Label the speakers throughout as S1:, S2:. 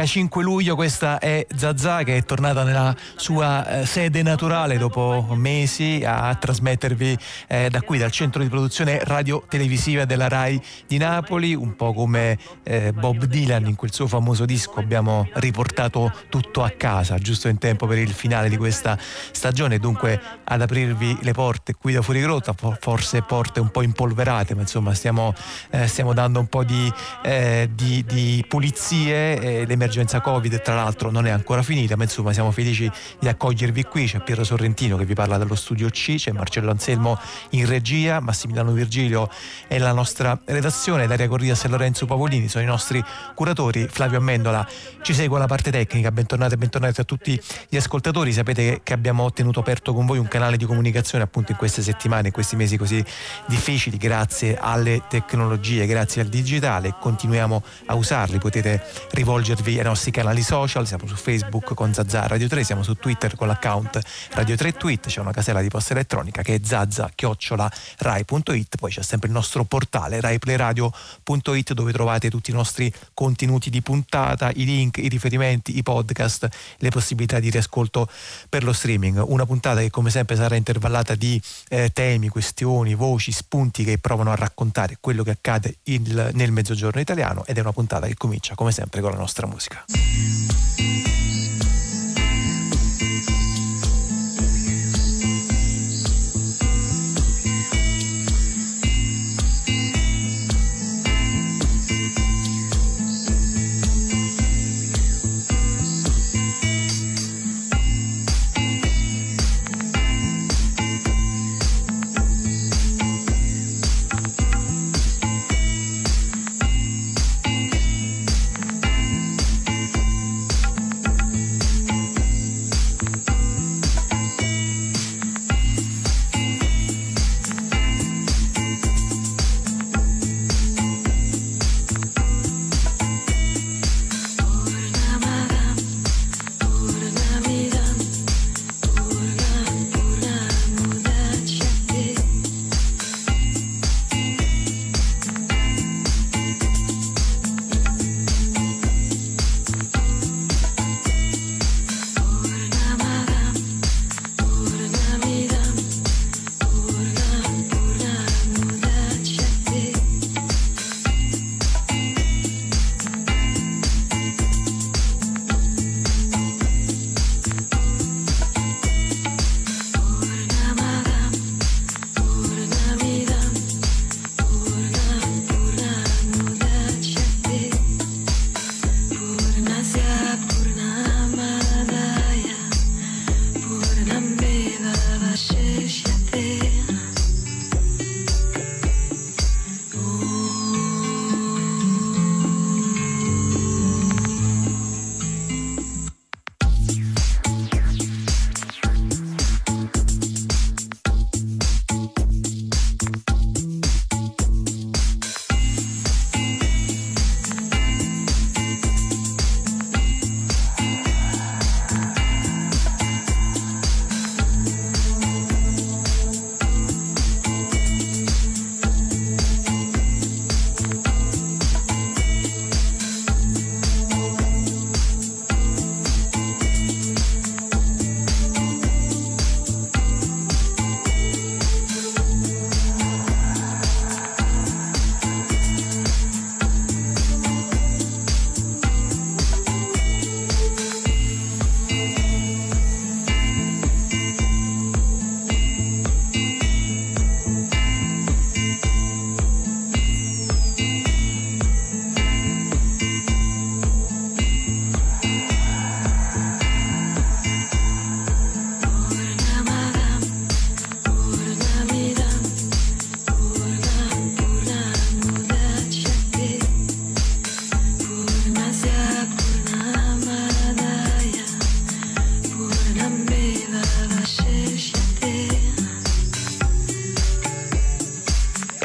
S1: domenica 5 luglio, questa è Zazà che è tornata nella sua sede naturale dopo mesi a trasmettervi da qui, dal centro di produzione radio-televisiva della Rai di Napoli, un po' come Bob Dylan in quel suo famoso disco. Abbiamo riportato tutto a casa, giusto in tempo per il finale di questa stagione, dunque ad aprirvi le porte qui da Fuorigrotta, forse porte un po' impolverate, ma insomma stiamo dando un po' di pulizie. L'emergenza Covid tra l'altro non è ancora finita, ma insomma siamo felici di accogliervi qui. C'è Piero Sorrentino che vi parla dallo studio C, c'è Marcello Anselmo in regia, Massimiliano Virgilio è la nostra redazione, Daria Corrias e Lorenzo Pavolini sono i nostri curatori, Flavio Amendola ci segue alla parte tecnica. Bentornati e bentornati a tutti gli ascoltatori. Sapete che abbiamo tenuto aperto con voi un canale di comunicazione appunto in queste settimane, in questi mesi così difficili, grazie alle tecnologie, grazie al digitale. Continuiamo a usarli, potete rivolgervi ai nostri canali social, siamo su Facebook con Zazà Radio 3, siamo su Twitter con l'account Radio 3 Tweet, c'è una casella di posta elettronica che è zazza@rai.it, poi c'è sempre il nostro portale raiplayradio.it dove trovate tutti i nostri contenuti di puntata, i link, i riferimenti, i podcast, le possibilità di riascolto per lo streaming. Una puntata che come sempre sarà intervallata di temi, questioni, voci, spunti che provano a raccontare quello che accade nel mezzogiorno italiano, ed è una puntata che comincia come sempre con la nostra musica.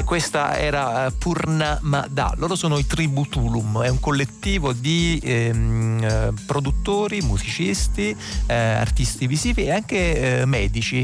S1: Questa era Purnamada. Loro sono i Tributulum, è un collettivo di produttori, musicisti, artisti visivi e anche medici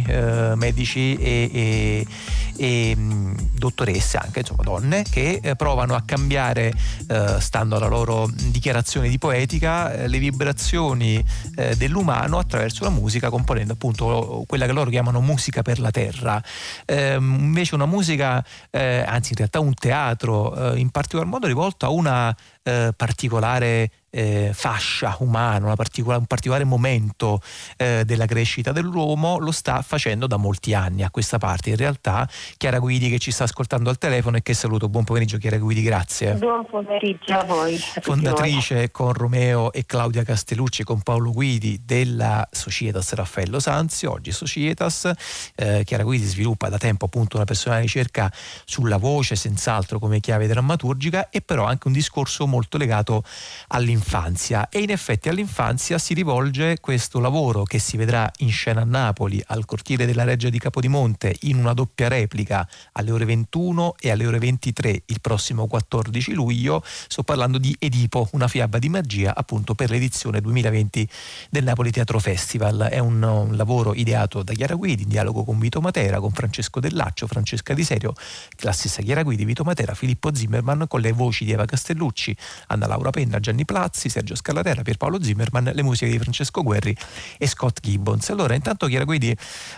S1: e dottoresse, anche insomma donne, che provano a cambiare, stando alla loro dichiarazione di poetica, le vibrazioni dell'umano attraverso la musica, componendo appunto quella che loro chiamano musica per la terra. Invece una musica, anzi in realtà un teatro in particolar modo rivolto a una particolare fascia umana, un particolare momento della crescita dell'uomo, lo sta facendo da molti anni a questa parte. In realtà Chiara Guidi, che ci sta ascoltando al telefono e che saluto. Buon pomeriggio Chiara Guidi, grazie.
S2: Buon pomeriggio a voi.
S1: Fondatrice con Romeo e Claudia Castellucci, con Paolo Guidi, della Societas Raffaello Sanzio, oggi Societas. Chiara Guidi sviluppa da tempo appunto una personale ricerca sulla voce, senz'altro come chiave drammaturgica, e però anche un discorso molto legato all'infanzia, e in effetti all'infanzia si rivolge questo lavoro, che si vedrà in scena a Napoli al cortile della Reggia di Capodimonte in una doppia replica alle ore 21 e alle ore 23 il prossimo 14 luglio. Sto parlando di Edipo, una fiaba di magia, appunto per l'edizione 2020 del Napoli Teatro Festival. È un lavoro ideato da Chiara Guidi in dialogo con Vito Matera, con Francesco Dell'Accio, Francesca Di Serio, la stessa Chiara Guidi, Vito Matera, Filippo Zimmermann, con le voci di Eva Castellucci, Anna Laura Penna, Gianni Plazzi, Sergio Scallatera, Pierpaolo Zimmermann, le musiche di Francesco Guerri e Scott Gibbons. Allora, intanto Chiara Guidi,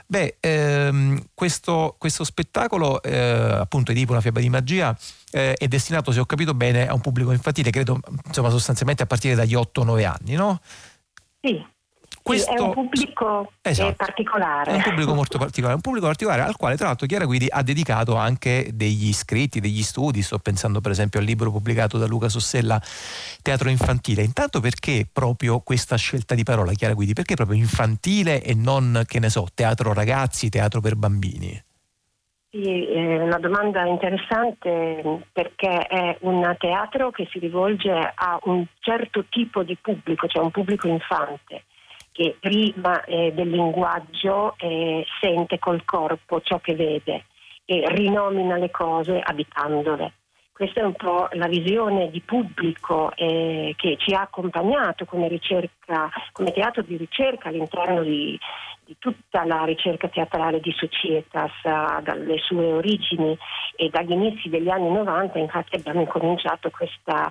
S1: questo spettacolo, appunto Edipo, una fiaba di magia, è destinato, se ho capito bene, a un pubblico infantile, credo, insomma, sostanzialmente a partire dagli 8-9 anni, no?
S2: Sì. È un pubblico particolare.
S1: È un pubblico molto particolare, un pubblico particolare al quale tra l'altro Chiara Guidi ha dedicato anche degli scritti, degli studi. Sto pensando per esempio al libro pubblicato da Luca Sossella, Teatro infantile. Intanto, perché proprio questa scelta di parola, Chiara Guidi? Perché proprio infantile e non, che ne so, teatro ragazzi, teatro per bambini?
S2: Sì, è una domanda interessante, perché è un teatro che si rivolge a un certo tipo di pubblico, cioè un pubblico infante, che prima del linguaggio sente col corpo ciò che vede e rinomina le cose abitandole. Questa è un po' la visione di pubblico che ci ha accompagnato come teatro di ricerca all'interno di tutta la ricerca teatrale di Societas, dalle sue origini e dagli inizi degli anni 90. Infatti abbiamo incominciato questa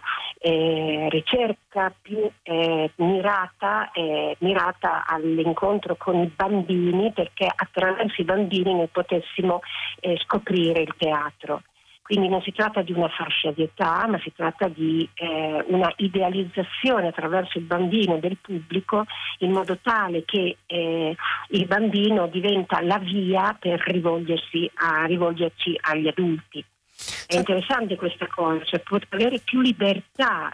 S2: ricerca più mirata all'incontro con i bambini, perché attraverso i bambini noi potessimo scoprire il teatro. Quindi non si tratta di una fascia di età, ma si tratta di una idealizzazione attraverso il bambino del pubblico, in modo tale che il bambino diventa la via per rivolgerci agli adulti. È interessante questa cosa, cioè poter avere più libertà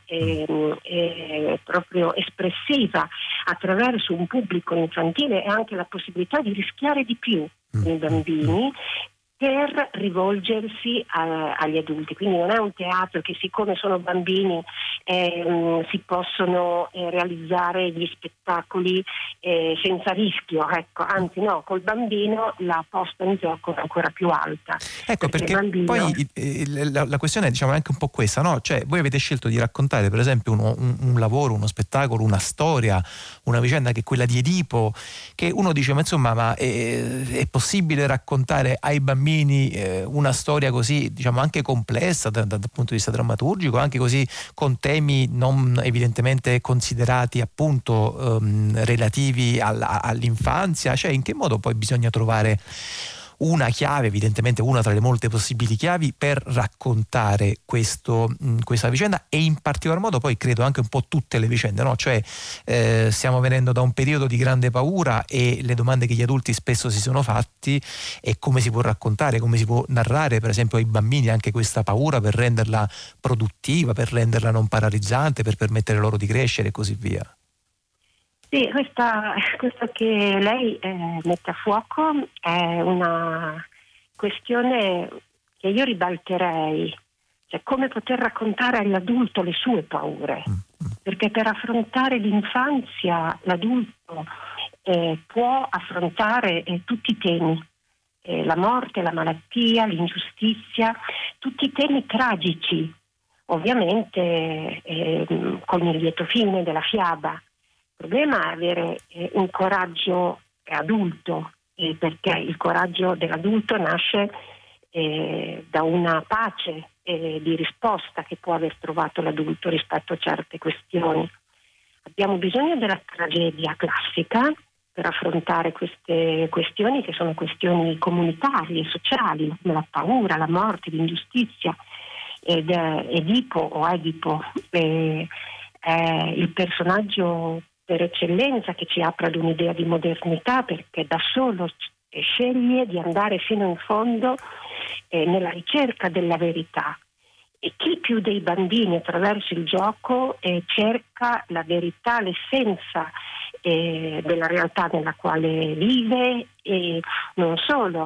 S2: proprio espressiva attraverso un pubblico infantile, e anche la possibilità di rischiare di più con i bambini per rivolgersi agli adulti. Quindi non è un teatro che, siccome sono bambini, si possono realizzare gli spettacoli senza rischio, ecco. Anzi no, col bambino la posta in gioco è ancora più alta.
S1: Ecco, perché bambino... poi la questione è, diciamo, anche un po' questa, no? Cioè, voi avete scelto di raccontare per esempio un lavoro, uno spettacolo, una storia, una vicenda che è quella di Edipo, che uno dice, ma insomma, è possibile raccontare ai bambini una storia così, diciamo, anche complessa dal punto di vista drammaturgico, anche così, con temi non evidentemente considerati appunto relativi all'infanzia? Cioè, in che modo poi bisogna trovare una chiave, evidentemente una tra le molte possibili chiavi, per raccontare questa vicenda, e in particolar modo poi credo anche un po' tutte le vicende, no? Cioè stiamo venendo da un periodo di grande paura, e le domande che gli adulti spesso si sono fatti è come si può raccontare, come si può narrare per esempio ai bambini anche questa paura, per renderla produttiva, per renderla non paralizzante, per permettere loro di crescere e così via.
S2: Sì, questo che lei mette a fuoco è una questione che io ribalterei, cioè come poter raccontare all'adulto le sue paure, perché per affrontare l'infanzia l'adulto può affrontare tutti i temi, la morte, la malattia, l'ingiustizia, tutti temi tragici, ovviamente con il lieto fine della fiaba. Il problema è avere un coraggio adulto, perché il coraggio dell'adulto nasce da una pace di risposta che può aver trovato l'adulto rispetto a certe questioni. Abbiamo bisogno della tragedia classica per affrontare queste questioni, che sono questioni comunitarie, sociali, come la paura, la morte, l'ingiustizia. Ed Edipo o Edipo è il personaggio per eccellenza che ci apre ad un'idea di modernità, perché da solo sceglie di andare fino in fondo nella ricerca della verità. E chi più dei bambini attraverso il gioco cerca la verità, l'essenza della realtà nella quale vive, e non solo.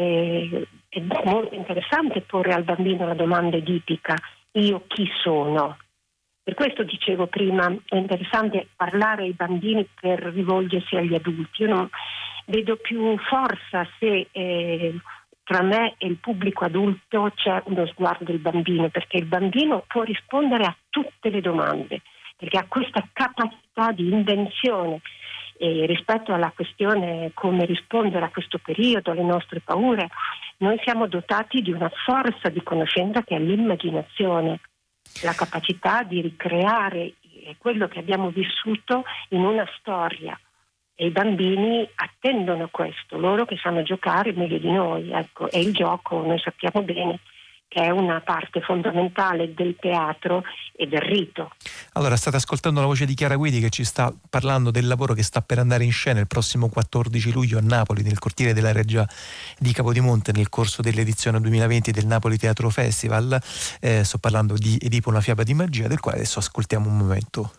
S2: È molto interessante porre al bambino la domanda edipica: io chi sono? Per questo dicevo prima, è interessante parlare ai bambini per rivolgersi agli adulti. Io non vedo più forza se tra me e il pubblico adulto c'è uno sguardo del bambino, perché il bambino può rispondere a tutte le domande, perché ha questa capacità di invenzione. E rispetto alla questione come rispondere a questo periodo, alle nostre paure, noi siamo dotati di una forza di conoscenza che è l'immaginazione, la capacità di ricreare quello che abbiamo vissuto in una storia. E i bambini attendono questo, loro che sanno giocare meglio di noi, ecco. E il gioco, noi sappiamo bene che è una parte fondamentale del teatro e del rito.
S1: Allora, state ascoltando la voce di Chiara Guidi, che ci sta parlando del lavoro che sta per andare in scena il prossimo 14 luglio a Napoli, nel cortile della Reggia di Capodimonte, nel corso dell'edizione 2020 del Napoli Teatro Festival. Sto parlando di Edipo, una fiaba di magia, del quale adesso ascoltiamo un momento.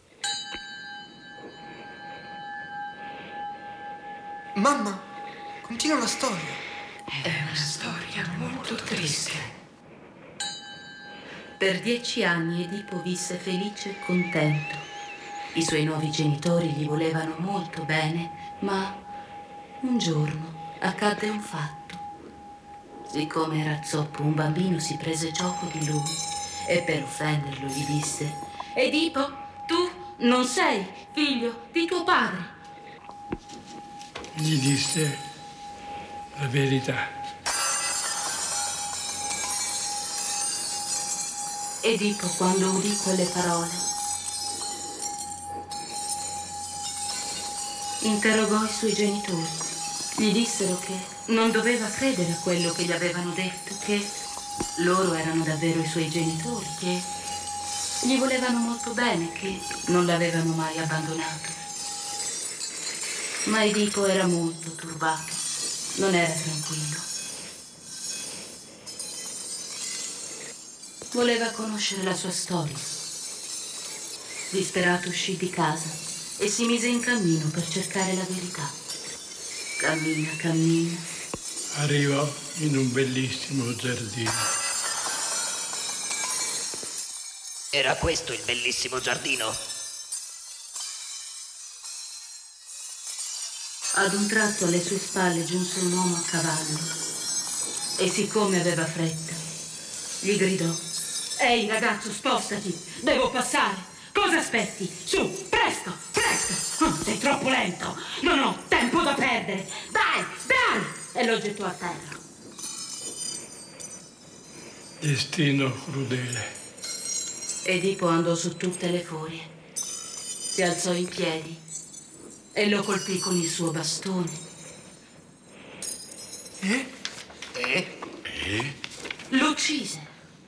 S3: Mamma, continua la storia.
S4: È una storia molto triste. Per 10 anni Edipo visse felice e contento. I suoi nuovi genitori gli volevano molto bene, ma un giorno accadde un fatto. Siccome era zoppo, un bambino si prese gioco di lui e per offenderlo gli disse: Edipo, tu non sei figlio di tuo padre.
S5: Gli disse la verità.
S4: Edipo, quando udì quelle parole, interrogò i suoi genitori. Gli dissero che non doveva credere a quello che gli avevano detto, che loro erano davvero i suoi genitori, che gli volevano molto bene, che non l'avevano mai abbandonato. Ma Edipo era molto turbato, non era tranquillo. Voleva conoscere la sua storia. Disperato uscì di casa e si mise in cammino per cercare la verità. Cammina, cammina.
S5: Arrivò in un bellissimo giardino.
S6: Era questo il bellissimo giardino?
S4: Ad un tratto alle sue spalle giunse un uomo a cavallo e siccome aveva fretta, gli gridò: Ehi ragazzo, spostati, devo passare. Cosa aspetti? Su, presto, presto. Oh, sei troppo lento, non ho tempo da perdere. Dai, dai! E lo gettò a terra.
S5: Destino crudele.
S4: Edipo andò su tutte le furie, si alzò in piedi e lo colpì con il suo bastone. Lo uccise.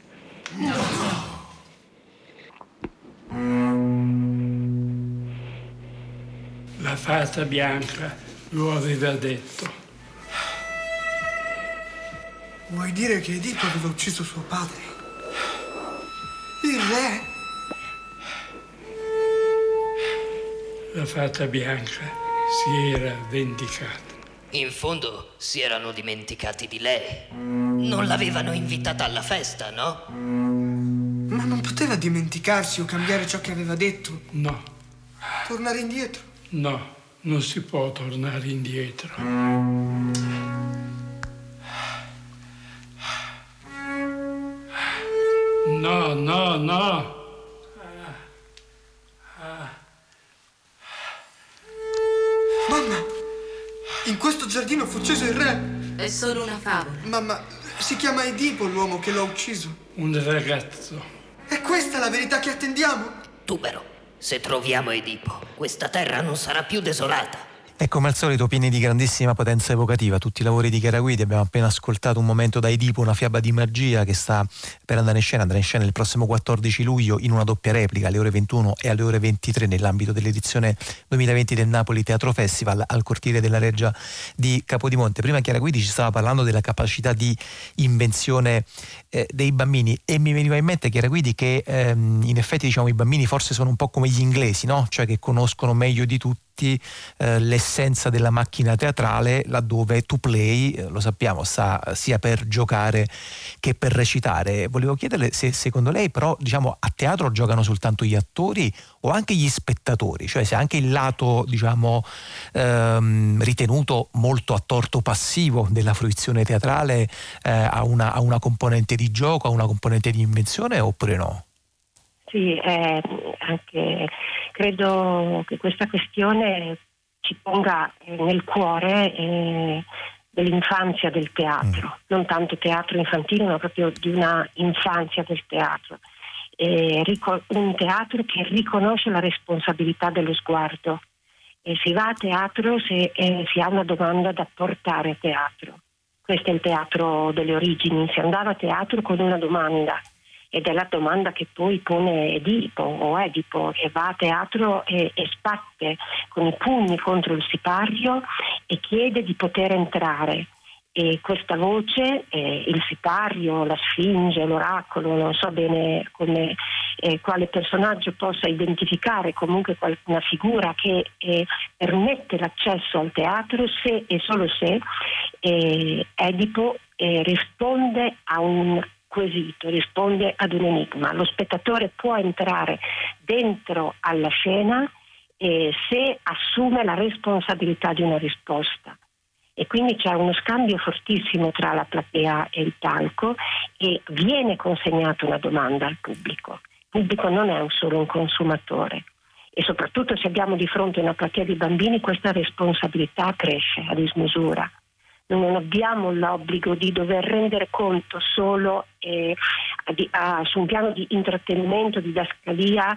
S5: La fata bianca lo aveva detto.
S3: Vuoi dire che Edipo aveva ucciso suo padre? Il re?
S5: La fata bianca si era vendicata.
S6: In fondo si erano dimenticati di lei. Non l'avevano invitata alla festa, no?
S3: Ma non poteva dimenticarsi o cambiare ciò che aveva detto?
S5: No,
S3: Tornare indietro?
S5: no, non si può tornare indietro. No.
S3: Mamma, in questo giardino fu ucciso il re.
S4: È solo una favola.
S3: Mamma, si chiama Edipo l'uomo che l'ha ucciso.
S5: Un ragazzo.
S3: È questa la verità che attendiamo?
S6: Tubero, se troviamo Edipo, questa terra non sarà più desolata.
S1: E come al solito pieni di grandissima potenza evocativa tutti i lavori di Chiara Guidi. Abbiamo appena ascoltato un momento da Edipo, una fiaba di magia che sta per andrà in scena il prossimo 14 luglio in una doppia replica alle ore 21 e alle ore 23 nell'ambito dell'edizione 2020 del Napoli Teatro Festival al cortile della Reggia di Capodimonte. Prima Chiara Guidi ci stava parlando della capacità di invenzione dei bambini e mi veniva in mente, Chiara Guidi, che in effetti diciamo i bambini forse sono un po' come gli inglesi, no? Cioè che conoscono meglio di tutti l'essenza della macchina teatrale, laddove to play, lo sappiamo, sta sia per giocare che per recitare. Volevo chiederle se secondo lei però diciamo a teatro giocano soltanto gli attori o anche gli spettatori, cioè se anche il lato diciamo ritenuto molto a torto passivo della fruizione teatrale ha una componente di gioco, ha una componente di invenzione oppure no?
S2: Sì, anche credo che questa questione ci ponga nel cuore dell'infanzia del teatro, non tanto teatro infantile, ma proprio di una infanzia del teatro. Un teatro che riconosce la responsabilità dello sguardo. E si va a teatro se si ha una domanda da portare a teatro. Questo è il teatro delle origini, si andava a teatro con una domanda. Ed è la domanda che poi pone Edipo e va a teatro e sbatte con i pugni contro il sipario e chiede di poter entrare. E questa voce, il sipario, la sfinge, l'oracolo, non so bene quale personaggio possa identificare, comunque una figura che permette l'accesso al teatro se e solo se Edipo risponde a un quesito, risponde ad un enigma. Lo spettatore può entrare dentro alla scena se assume la responsabilità di una risposta. E quindi c'è uno scambio fortissimo tra la platea e il palco e viene consegnata una domanda al pubblico. Il pubblico non è solo un consumatore e soprattutto se abbiamo di fronte una platea di bambini questa responsabilità cresce a dismisura. Non abbiamo l'obbligo di dover rendere conto solo su un piano di intrattenimento, didascalia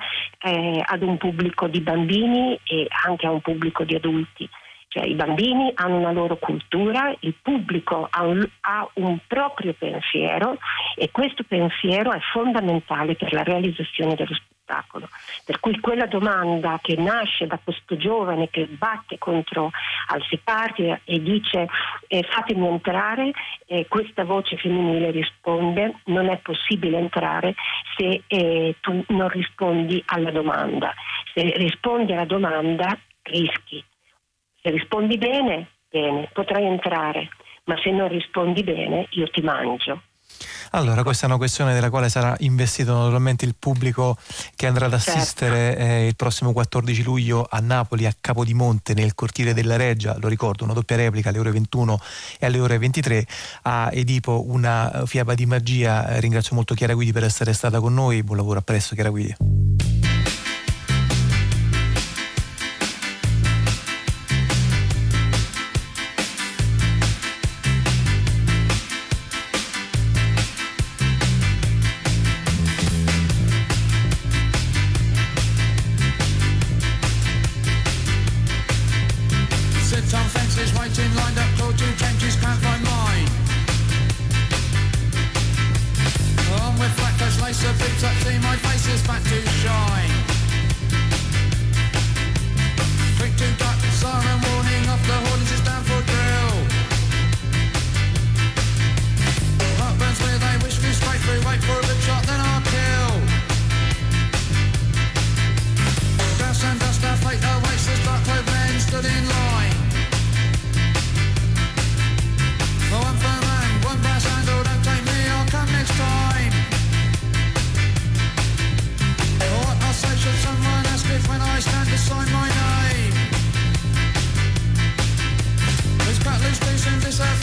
S2: ad un pubblico di bambini e anche a un pubblico di adulti. Cioè i bambini hanno una loro cultura, il pubblico ha un proprio pensiero e questo pensiero è fondamentale per la realizzazione dello spettacolo. Per cui quella domanda che nasce da questo giovane che batte contro al sipario e dice fatemi entrare, questa voce femminile risponde non è possibile entrare se tu non rispondi alla domanda. Se rispondi alla domanda rischi. Se rispondi bene, potrai entrare, ma se non rispondi bene io ti mangio.
S1: Allora, questa è una questione della quale sarà investito naturalmente il pubblico che andrà ad assistere il prossimo 14 luglio a Napoli, a Capodimonte, nel cortile della Reggia. Lo ricordo, una doppia replica alle ore 21 e alle ore 23 a Edipo, una fiaba di magia. Ringrazio molto Chiara Guidi per essere stata con noi. Buon lavoro, a presto Chiara Guidi.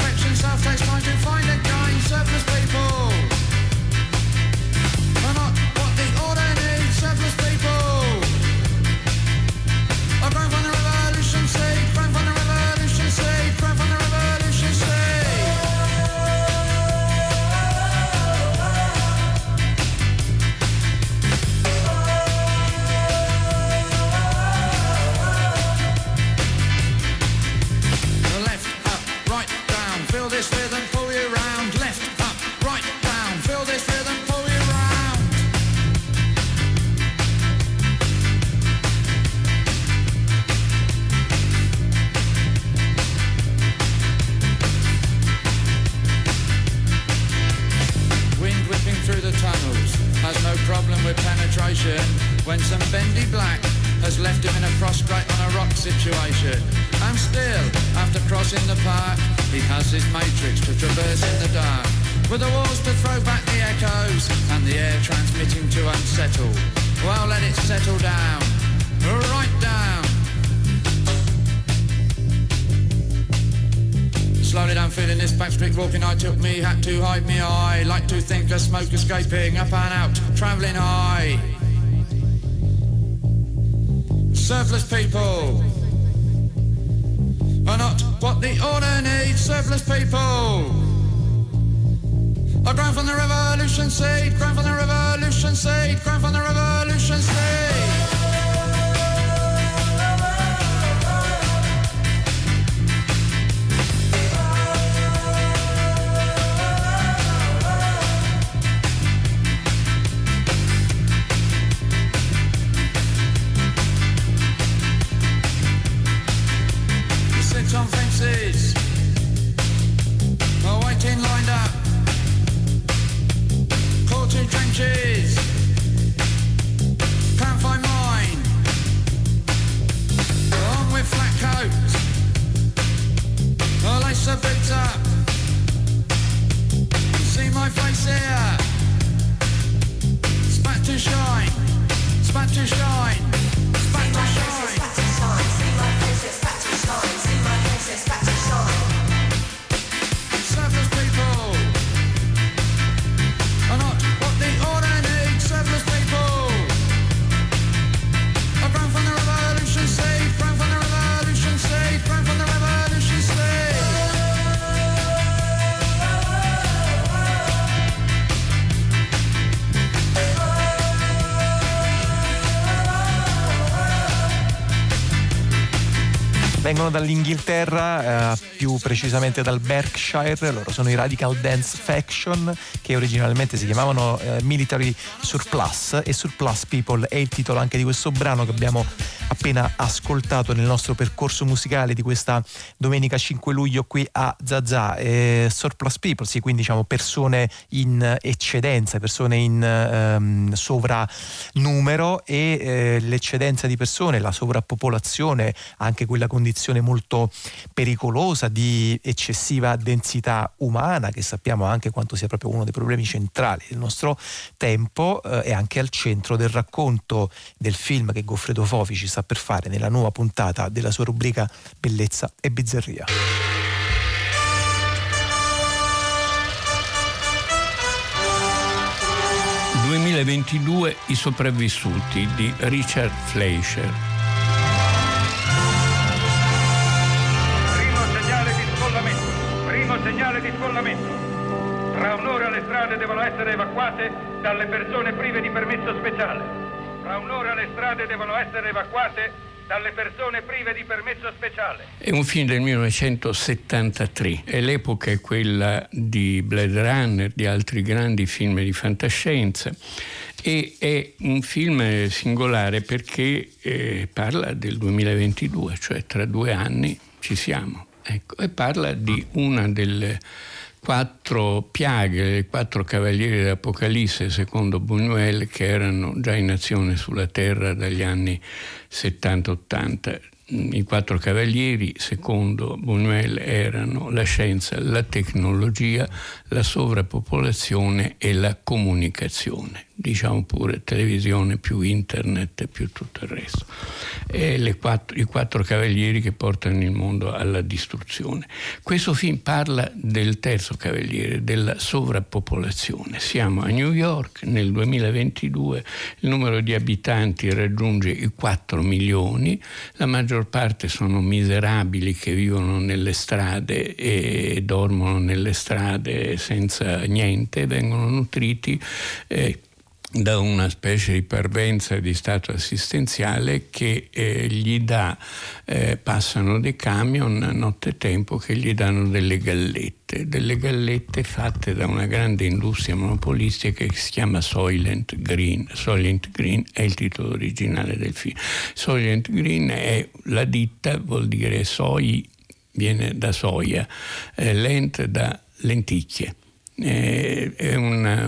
S7: Self-takes time to find and gain surplus people. We're not departure. And still, after crossing the park, he has his matrix to traverse in the dark, with the walls to throw back the echoes and the air transmitting to unsettle. Well, let it settle down, right down. Slowly down, feeling this backstreet walking, I took me hat to hide me eye, like to think of smoke escaping up and out, travelling high. Surplus people are not what the order needs. Surplus people are grown from the revolution seed, grown from the revolution seed, grown from the revolution seed. On fences, waiting lined up, caught in trenches, can't find mine, on with flat coats, lace the boots up, see my face here, spat to shine, spat to shine, spat to shine. Surplus people are not what the order needs. Surplus people are grown from the revolution seed, grown from the revolution seed, grown from the revolution seed.
S1: Vengono dall'Inghilterra, più precisamente dal Berkshire. Loro sono i Radical Dance Faction, che originalmente si chiamavano Military Surplus, e Surplus People è il titolo anche di questo brano che abbiamo appena ascoltato nel nostro percorso musicale di questa domenica 5 luglio qui a Zazà. Surplus People, sì, quindi diciamo persone in eccedenza, persone in sovranumero, e l'eccedenza di persone, la sovrappopolazione, anche quella condizione molto pericolosa di eccessiva densità umana, che sappiamo anche quanto sia proprio uno dei problemi centrali del nostro tempo, è anche al centro del racconto del film che Goffredo Fofi ci sta per fare nella nuova puntata della sua rubrica Bellezza e Bizzarria.
S5: «2022 I sopravvissuti» di Richard Fleischer.
S8: Primo segnale di sfollamento. Tra un'ora le strade devono essere evacuate dalle persone prive di permesso speciale. Tra un'ora le strade devono essere evacuate dalle persone prive di permesso speciale.
S5: È un film del 1973 e l'epoca è quella di Blade Runner, di altri grandi film di fantascienza, e è un film singolare perché parla del 2022, cioè tra 2 anni ci siamo. Ecco, e parla di una delle 4 piaghe, dei 4 cavalieri dell'Apocalisse, secondo Buñuel, che erano già in azione sulla Terra dagli anni 70-80. I 4 cavalieri, secondo Buñuel, erano la scienza, la tecnologia, la sovrappopolazione e la comunicazione. Diciamo pure televisione più internet più tutto il resto. E i 4 cavalieri che portano il mondo alla distruzione. Questo film parla del terzo cavaliere, della sovrappopolazione. Siamo a New York nel 2022, il numero di abitanti raggiunge i 4 milioni, la maggior parte sono miserabili che vivono nelle strade e dormono nelle strade senza niente, vengono nutriti da una specie di parvenza di stato assistenziale che gli dà, passano dei camion nottetempo che gli danno delle gallette fatte da una grande industria monopolistica che si chiama Soylent Green. Soylent Green è il titolo originale del film. Soylent Green è la ditta, vuol dire soy, viene da soia, lent da lenticchie. È una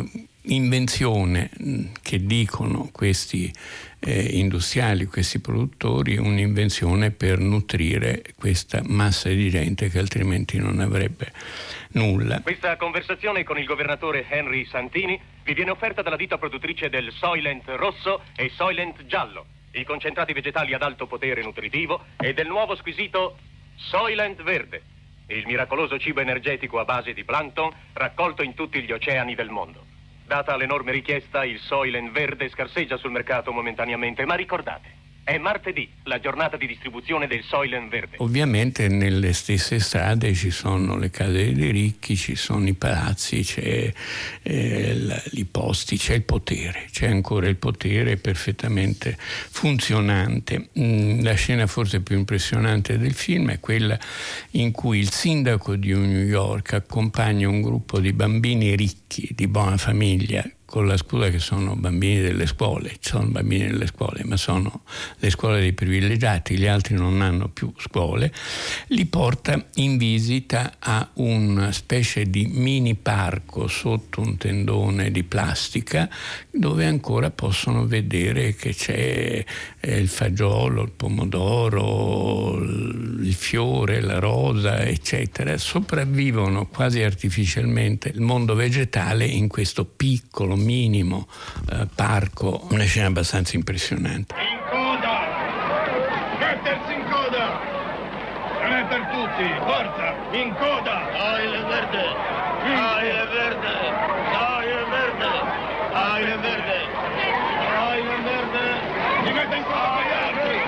S5: invenzione che dicono questi industriali, questi produttori, un'invenzione per nutrire questa massa di gente che altrimenti non avrebbe nulla.
S9: Questa conversazione con il governatore Henry Santini vi viene offerta dalla ditta produttrice del Soylent rosso e Soylent giallo, i concentrati vegetali ad alto potere nutritivo, e del nuovo squisito Soylent verde, il miracoloso cibo energetico a base di plankton raccolto in tutti gli oceani del mondo. Data l'enorme richiesta, il Soylent verde scarseggia sul mercato momentaneamente, ma ricordate, è martedì, la giornata di distribuzione del Soylent verde.
S5: Ovviamente nelle stesse strade ci sono le case dei ricchi, ci sono i palazzi, c'è i posti, c'è il potere, c'è ancora il potere perfettamente funzionante. La scena forse più impressionante del film è quella in cui il sindaco di New York accompagna un gruppo di bambini ricchi, di buona famiglia, con la scusa che sono bambini delle scuole, ci sono bambini delle scuole, ma sono le scuole dei privilegiati, gli altri non hanno più scuole, li porta in visita a una specie di mini parco sotto un tendone di plastica dove ancora possono vedere che c'è il fagiolo, il pomodoro, il fiore, la rosa, eccetera. Sopravvivono quasi artificialmente il mondo vegetale in questo piccolo minimo parco, una scena abbastanza impressionante.
S8: In coda! Mettersi in coda! Non è per tutti, forza! In coda!
S10: Oil verde! Oil verde! Oil verde! Oil verde!
S8: Oil verde! Si mette in coda con gli altri!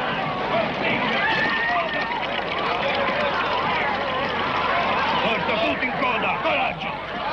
S8: Forza, tutti in coda! Coraggio!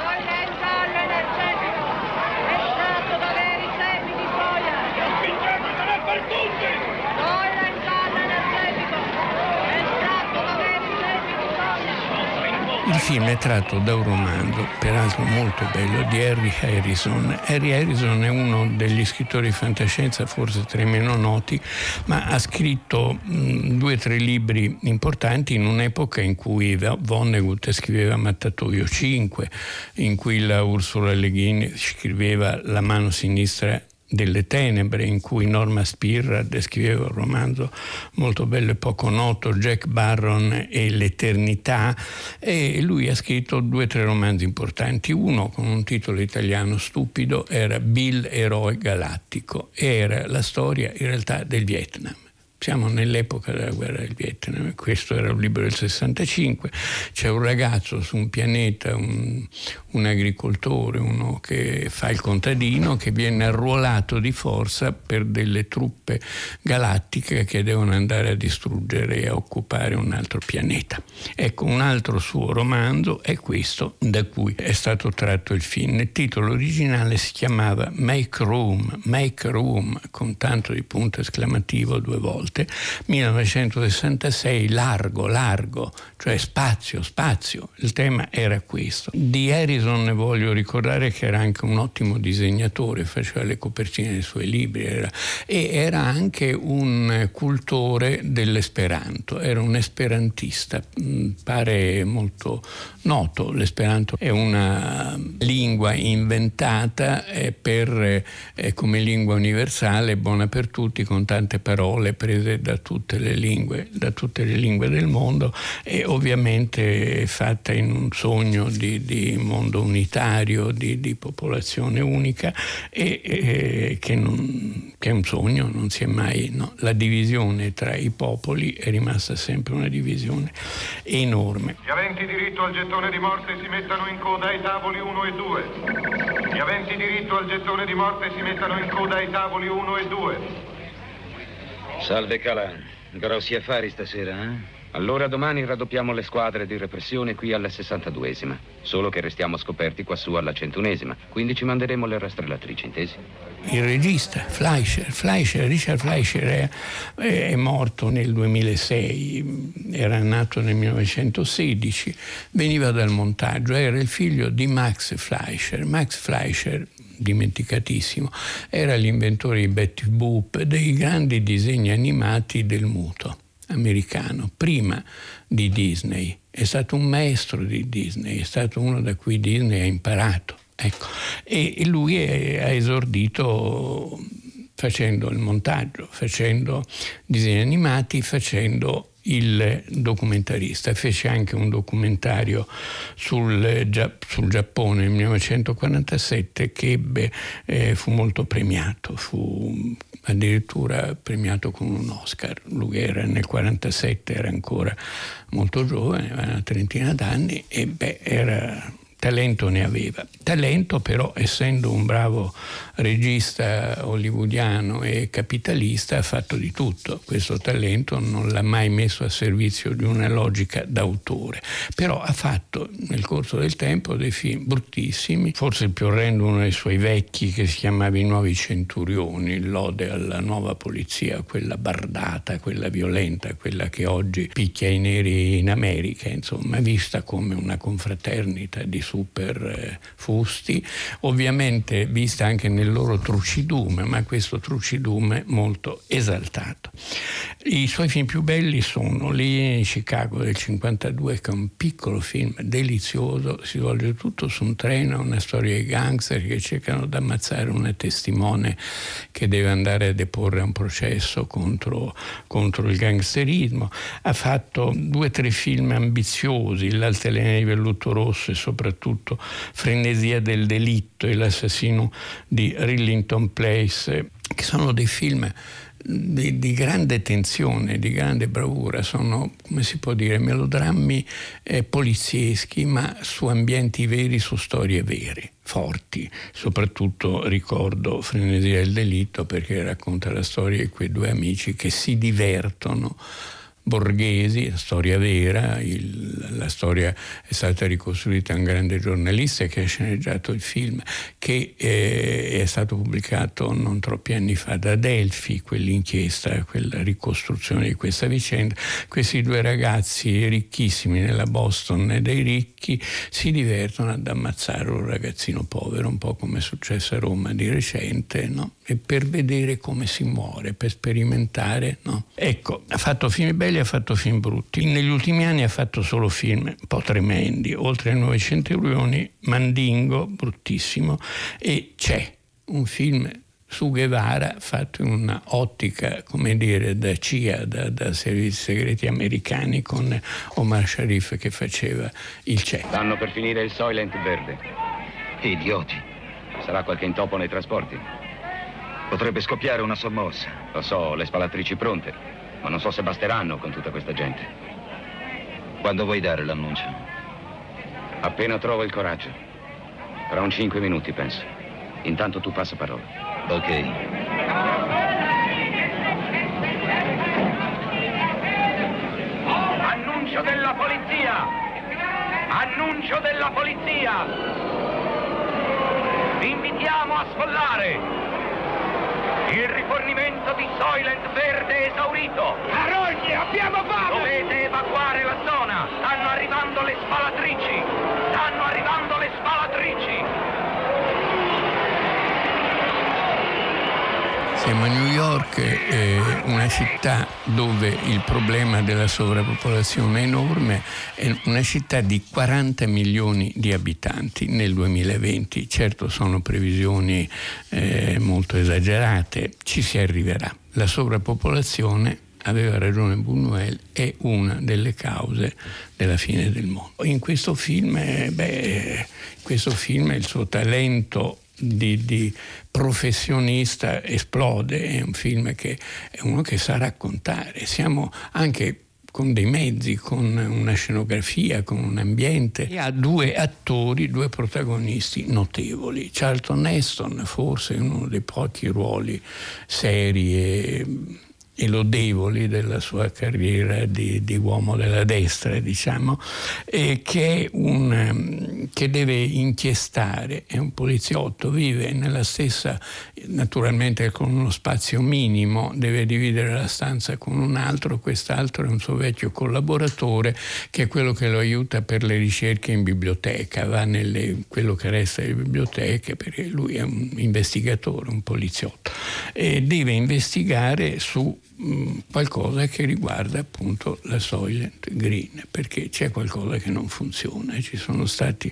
S5: Il film è tratto da un romanzo, peraltro molto bello, di Harry Harrison. Harry Harrison è uno degli scrittori di fantascienza, forse tra i meno noti, ma ha scritto 2 o 3 libri importanti in un'epoca in cui Vonnegut scriveva Mattatoio 5, in cui la Ursula Le Guin scriveva La mano sinistra delle tenebre, in cui Norma Spirra descriveva un romanzo molto bello e poco noto, Jack Barron e l'eternità, e lui ha scritto 2 o 3 romanzi importanti. Uno con un titolo italiano stupido era Bill Eroe Galattico, era la storia in realtà del Vietnam. Siamo nell'epoca della guerra del Vietnam, questo era un libro del 65, c'è un ragazzo su un pianeta, un agricoltore, uno che fa il contadino, che viene arruolato di forza per delle truppe galattiche che devono andare a distruggere e a occupare un altro pianeta. Ecco, un altro suo romanzo è questo da cui è stato tratto il film. Il titolo originale si chiamava Make Room, con tanto di punto esclamativo 2 volte. 1966, largo, cioè spazio. Il tema era questo. Di Harrison ne voglio ricordare che era anche un ottimo disegnatore, faceva le copertine dei suoi libri, era anche un cultore dell'esperanto, era un esperantista, pare molto noto. L'esperanto è una lingua inventata come lingua universale, buona per tutti, con tante parole prese da tutte le lingue del mondo, e ovviamente fatta in un sogno di mondo unitario, di popolazione unica, e che è un sogno, non si è mai, no. La divisione tra i popoli è rimasta sempre una divisione enorme.
S8: Gli aventi diritto al gettone di morte si mettano in coda ai tavoli 1 e 2. Gli aventi diritto al gettone di morte si mettano in coda ai tavoli 1 e 2.
S11: Salve Calan, grossi affari stasera, eh? Allora domani raddoppiamo le squadre di repressione qui alla 62esima, solo che restiamo scoperti quassù alla 101esima, quindi ci manderemo le rastrellatrici, intesi?
S5: Il regista Richard Fleischer è morto nel 2006, era nato nel 1916, veniva dal montaggio, era il figlio di Max Fleischer, dimenticatissimo, era l'inventore di Betty Boop, dei grandi disegni animati del muto americano, prima di Disney. È stato un maestro di Disney, è stato uno da cui Disney ha imparato Ecco. E lui ha esordito facendo il montaggio, facendo disegni animati, facendo il documentarista. Fece anche un documentario sul Giappone nel 1947 che fu molto premiato, fu addirittura premiato con un Oscar. Lui era nel 1947, era ancora molto giovane, aveva una trentina d'anni e talento ne aveva. Talento però, essendo un bravo regista hollywoodiano e capitalista, ha fatto di tutto. Questo talento non l'ha mai messo a servizio di una logica d'autore. Però ha fatto nel corso del tempo dei film bruttissimi. Forse il più orrendo, uno dei suoi vecchi, che si chiamava I Nuovi Centurioni, l'ode alla nuova polizia, quella bardata, quella violenta, quella che oggi picchia i neri in America, insomma, vista come una confraternita di super fusti, ovviamente vista anche nel loro trucidume, ma questo trucidume molto esaltato. I suoi film più belli sono Le Iene di Chicago del 1952, che è un piccolo film delizioso, si svolge tutto su un treno, una storia di gangster che cercano di ammazzare una testimone che deve andare a deporre a un processo contro il gangsterismo. Ha fatto 2 o 3 film ambiziosi, L'altalena di velluto rosso e soprattutto Frenesia del delitto e L'assassino di Rillington Place, che sono dei film di grande tensione, di grande bravura. Sono, come si può dire, melodrammi polizieschi, ma su ambienti veri, su storie vere, forti. Soprattutto ricordo Frenesia del delitto, perché racconta la storia di quei 2 amici che si divertono, borghesi, storia vera. La storia è stata ricostruita da un grande giornalista che ha sceneggiato il film, che è stato pubblicato non troppi anni fa da Delphi, quell'inchiesta, quella ricostruzione di questa vicenda. Questi 2 ragazzi ricchissimi nella Boston dei ricchi si divertono ad ammazzare un ragazzino povero, un po' come è successo a Roma di recente, no? E per vedere come si muore, per sperimentare, no? Ecco, ha fatto film belli, ha fatto film brutti. Negli ultimi anni ha fatto solo film un po' tremendi, oltre ai 9 Centurioni, Mandingo, bruttissimo, e C'è, un film su Guevara fatto in una ottica, come dire, da CIA, da servizi segreti americani, con Omar Sharif che faceva il C'è.
S11: Stanno per finire il Soylent verde. Idioti. Sarà qualche intoppo nei trasporti. Potrebbe scoppiare una sommossa. Lo so, le spalatrici pronte, ma non so se basteranno con tutta questa gente. Quando vuoi dare l'annuncio? Appena trovo il coraggio. Tra un 5 minuti, penso. Intanto tu passa parola. Ok.
S8: Annuncio della polizia! Annuncio della polizia! Vi invitiamo a sfollare! Il rifornimento di Soylent verde è esaurito! Carogne, abbiamo fame! Dovete evacuare la zona! Stanno arrivando le spalatrici! Stanno arrivando le spalatrici!
S5: Siamo a New York, una città dove il problema della sovrappopolazione è enorme, è una città di 40 milioni di abitanti nel 2020. Certo, sono previsioni molto esagerate, ci si arriverà. La sovrappopolazione, aveva ragione Buñuel, è una delle cause della fine del mondo. In questo film, il suo talento di professionista esplode. È un film che è uno che sa raccontare. Siamo anche con dei mezzi, con una scenografia, con un ambiente, e ha 2 attori, 2 protagonisti notevoli. Charlton Heston, forse uno dei pochi ruoli seri e lodevoli della sua carriera di uomo della destra, diciamo, che deve inchiestare, è un poliziotto, vive nella stessa naturalmente con uno spazio minimo, deve dividere la stanza con un altro, quest'altro è un suo vecchio collaboratore che è quello che lo aiuta per le ricerche in biblioteca, va quello che resta delle biblioteche, perché lui è un investigatore, un poliziotto, e deve investigare su qualcosa che riguarda appunto la Soylent Green, perché c'è qualcosa che non funziona, ci sono stati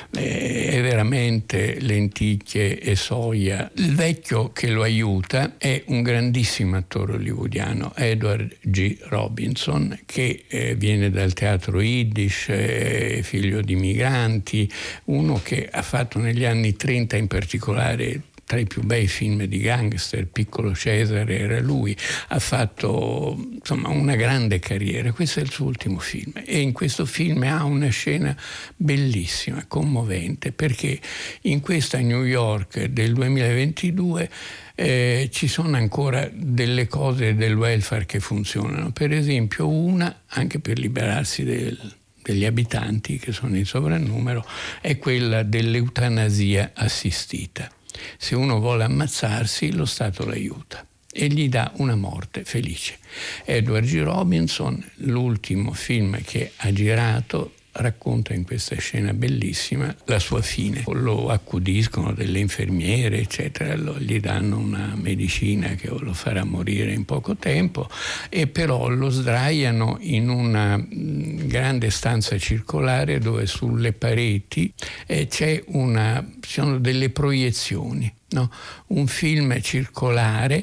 S5: è veramente lenticchie e soia. Il vecchio che lo aiuta è un grandissimo attore hollywoodiano, Edward G. Robinson, che viene dal teatro Yiddish, è figlio di migranti, uno che ha fatto negli anni 30 in particolare tra i più bei film di gangster, Piccolo Cesare era lui, ha fatto insomma una grande carriera, questo è il suo ultimo film e in questo film ha una scena bellissima, commovente, perché in questa New York del 2022 ci sono ancora delle cose del welfare che funzionano, per esempio una, anche per liberarsi degli abitanti che sono in sovrannumero, è quella dell'eutanasia assistita. Se uno vuole ammazzarsi, lo Stato l'aiuta e gli dà una morte felice. Edward G. Robinson, l'ultimo film che ha girato, racconta in questa scena bellissima la sua fine. Lo accudiscono delle infermiere, eccetera, gli danno una medicina che lo farà morire in poco tempo e però lo sdraiano in una grande stanza circolare dove sulle pareti ci sono delle proiezioni. No? Un film circolare,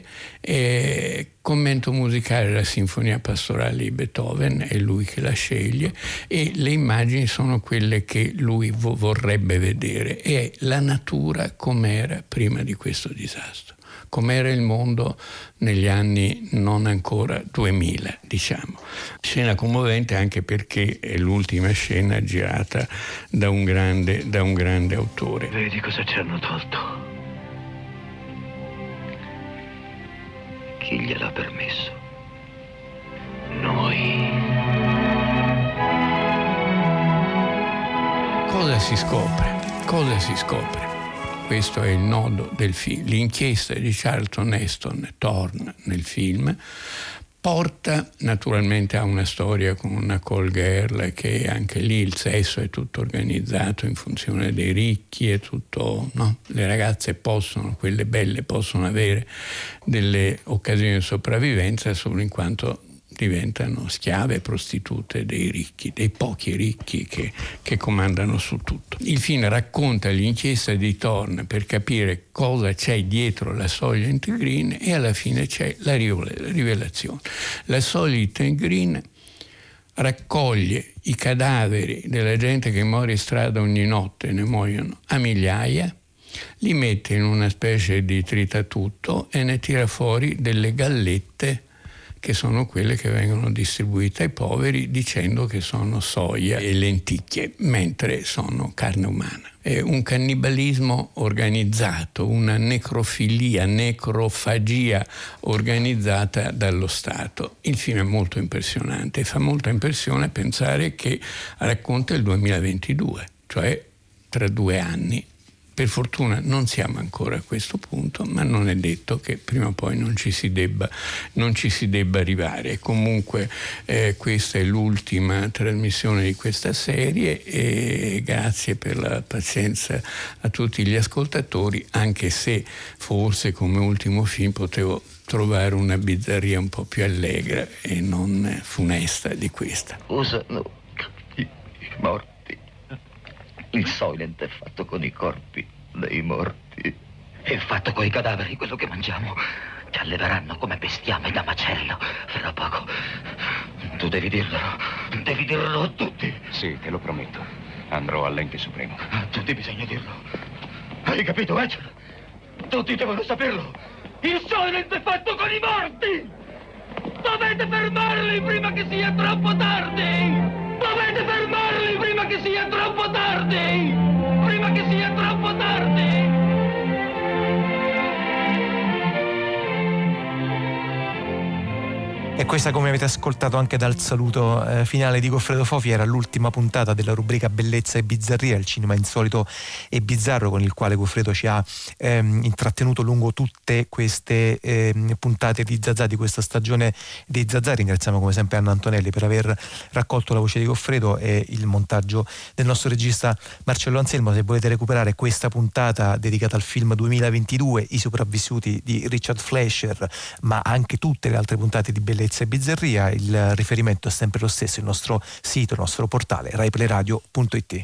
S5: commento musicale la Sinfonia Pastorale di Beethoven, è lui che la sceglie e le immagini sono quelle che lui vorrebbe vedere, è la natura com'era prima di questo disastro, com'era il mondo negli anni non ancora 2000, diciamo. Scena commovente anche perché è l'ultima scena girata da un grande autore.
S10: Vedi cosa ci hanno tolto? Chi gliel'ha permesso? Noi.
S5: Cosa si scopre? Questo è il nodo del film. L'inchiesta di Charlton Heston torna nel film, porta naturalmente a una storia con una call girl che anche lì il sesso è tutto organizzato in funzione dei ricchi, è tutto, no? Le ragazze quelle belle possono avere delle occasioni di sopravvivenza solo in quanto diventano schiave e prostitute dei ricchi, dei pochi ricchi che comandano su tutto. Il film racconta l'inchiesta di Thorne per capire cosa c'è dietro la Soylent Green e alla fine c'è la rivelazione. La Soylent Green raccoglie i cadaveri della gente che muore in strada ogni notte, ne muoiono a migliaia, li mette in una specie di tritatutto e ne tira fuori delle gallette che sono quelle che vengono distribuite ai poveri dicendo che sono soia e lenticchie, mentre sono carne umana. È un cannibalismo organizzato, una necrofagia organizzata dallo Stato. Il film è molto impressionante e fa molta impressione pensare che racconta il 2022, cioè tra 2 anni. Per fortuna non siamo ancora a questo punto, ma non è detto che prima o poi non ci si debba arrivare. Comunque questa è l'ultima trasmissione di questa serie e grazie per la pazienza a tutti gli ascoltatori, anche se forse come ultimo film potevo trovare una bizzarria un po' più allegra e non funesta di questa.
S10: Usano i morti. Il Soylent è fatto con i corpi dei morti. È fatto con i cadaveri, quello che mangiamo. Ci alleveranno come bestiame da macello fra poco. Tu devi dirlo a tutti.
S9: Sì, te lo prometto. Andrò all'ente supremo.
S10: A tutti bisogna dirlo. Hai capito, Angela? Tutti devono saperlo. Il Soylent è fatto con i morti. Dovete fermarli prima che sia troppo tardi. Dovete fermarli prima che sia troppo tardi! Prima che sia troppo tardi!
S1: E questa, come avete ascoltato anche dal saluto finale di Goffredo Fofi, era l'ultima puntata della rubrica Bellezza e Bizzarria, il cinema insolito e bizzarro con il quale Goffredo ci ha intrattenuto lungo tutte queste puntate di Zazà, di questa stagione dei Zazà. Ringraziamo come sempre Anna Antonelli per aver raccolto la voce di Goffredo e il montaggio del nostro regista Marcello Anselmo. Se volete recuperare questa puntata dedicata al film 2022 I sopravvissuti di Richard Fleischer, ma anche tutte le altre puntate di Bellezza e Bizzarria, il riferimento è sempre lo stesso, il nostro sito, il nostro portale raiplayradio.it.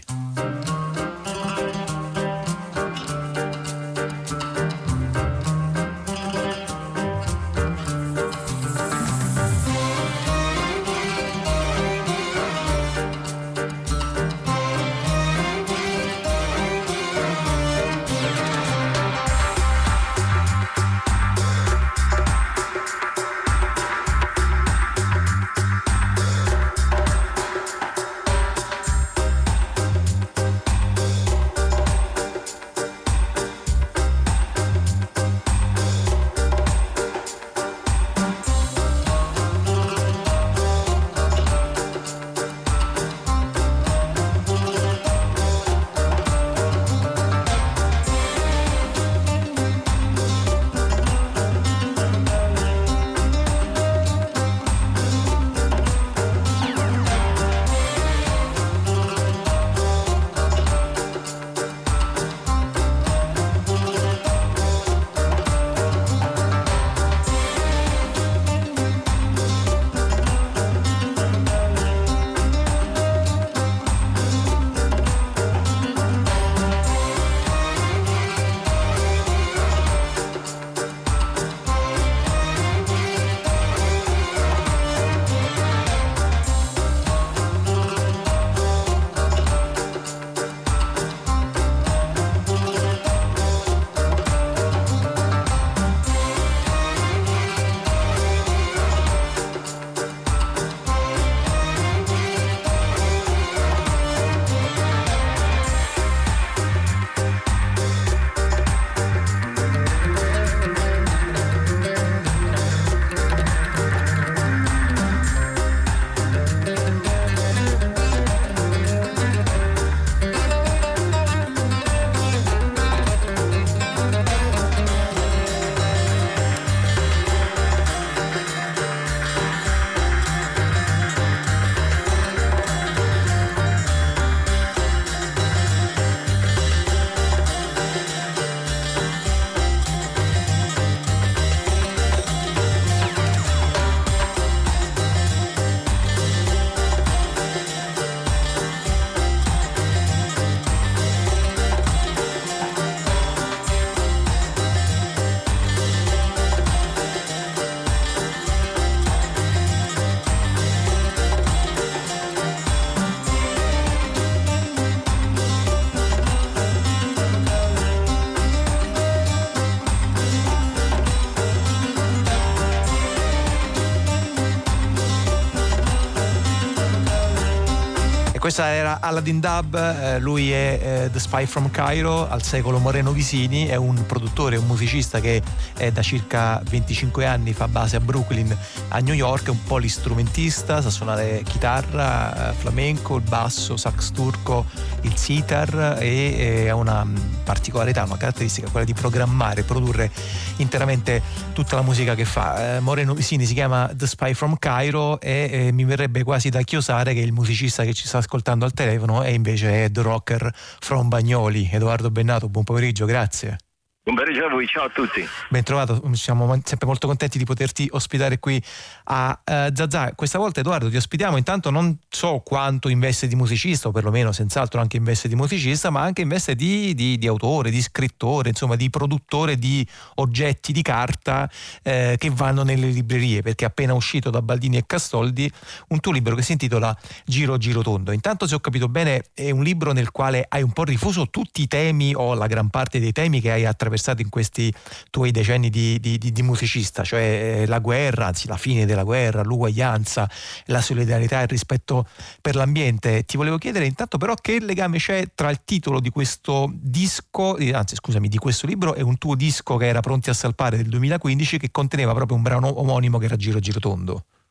S1: Questa era Aladdin Dub, lui è The Spy from Cairo, al secolo Moreno Visini, è un produttore, un musicista che da circa 25 anni fa base a Brooklyn, a New York, è un polistrumentista, sa suonare chitarra, flamenco, il basso, sax turco, il sitar e ha una particolarità, una caratteristica, quella di programmare, produrre interamente tutta la musica che fa. Moreno Visini si chiama The Spy from Cairo e mi verrebbe quasi da chiosare che il musicista che ci sta ascoltando al telefono è invece The Rocker from Bagnoli. Edoardo Bennato, buon pomeriggio, grazie.
S12: Buon pomeriggio a voi, ciao a tutti.
S1: Ben trovato, siamo sempre molto contenti di poterti ospitare qui a Zazà. Questa volta, Edoardo, ti ospitiamo, intanto non so quanto in veste di musicista, o perlomeno senz'altro anche in veste di musicista, ma anche in veste di autore, di scrittore, insomma di produttore di oggetti di carta che vanno nelle librerie, perché è appena uscito da Baldini e Castoldi un tuo libro che si intitola Giro Giro Tondo. Intanto, se ho capito bene, è un libro nel quale hai un po' rifuso tutti i temi o la gran parte dei temi che hai attraversato in questi tuoi decenni di musicista, cioè la guerra, anzi la fine della guerra, l'uguaglianza, la solidarietà e il rispetto per l'ambiente. Ti volevo chiedere intanto però che legame c'è tra il titolo di questo disco, anzi scusami, di questo libro e un tuo disco che era Pronti a salpare del 2015 che conteneva proprio un brano omonimo che era Giro Giro Tondo.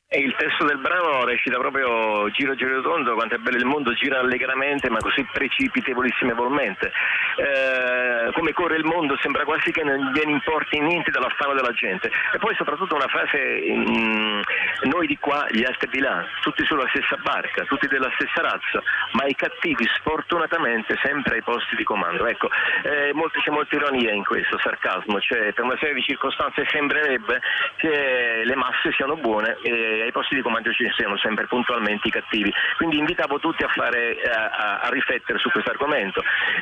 S12: E il testo del brano recita proprio: giro giro tondo, quanto è bello il mondo, gira allegramente ma così precipitevolissimamente. Come corre il mondo, sembra quasi che non gliene importi niente dell'affano della gente. E poi soprattutto una frase: noi di qua, gli altri di là, tutti sulla stessa barca, tutti della stessa razza, ma i cattivi sfortunatamente sempre ai posti di comando. Ecco, c'è molta ironia in questo, sarcasmo, cioè per una serie di circostanze sembrerebbe che le masse siano buone e ai posti di comando ci siano sempre puntualmente i cattivi. Quindi invitavo tutti a riflettere su questo argomento.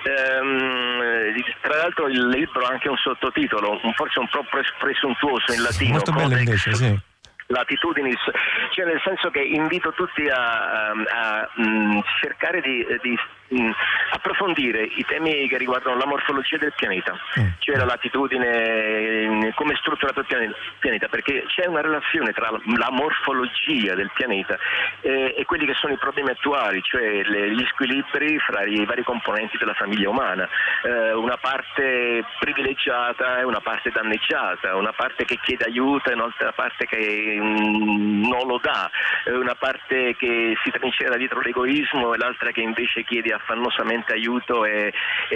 S12: Tra l'altro il libro ha anche un sottotitolo, forse un po' presuntuoso in latino.
S1: Molto bello invece, sì.
S12: Latitudinus, cioè nel senso che invito tutti a cercare di approfondire i temi che riguardano la morfologia del pianeta, cioè la latitudine, come è strutturato il pianeta, perché c'è una relazione tra la morfologia del pianeta e quelli che sono i problemi attuali, cioè gli squilibri fra i vari componenti della famiglia umana, una parte privilegiata e una parte danneggiata, una parte che chiede aiuto e un'altra parte che non lo dà, una parte che si trincera dietro l'egoismo e l'altra che invece chiede affannosamente aiuto e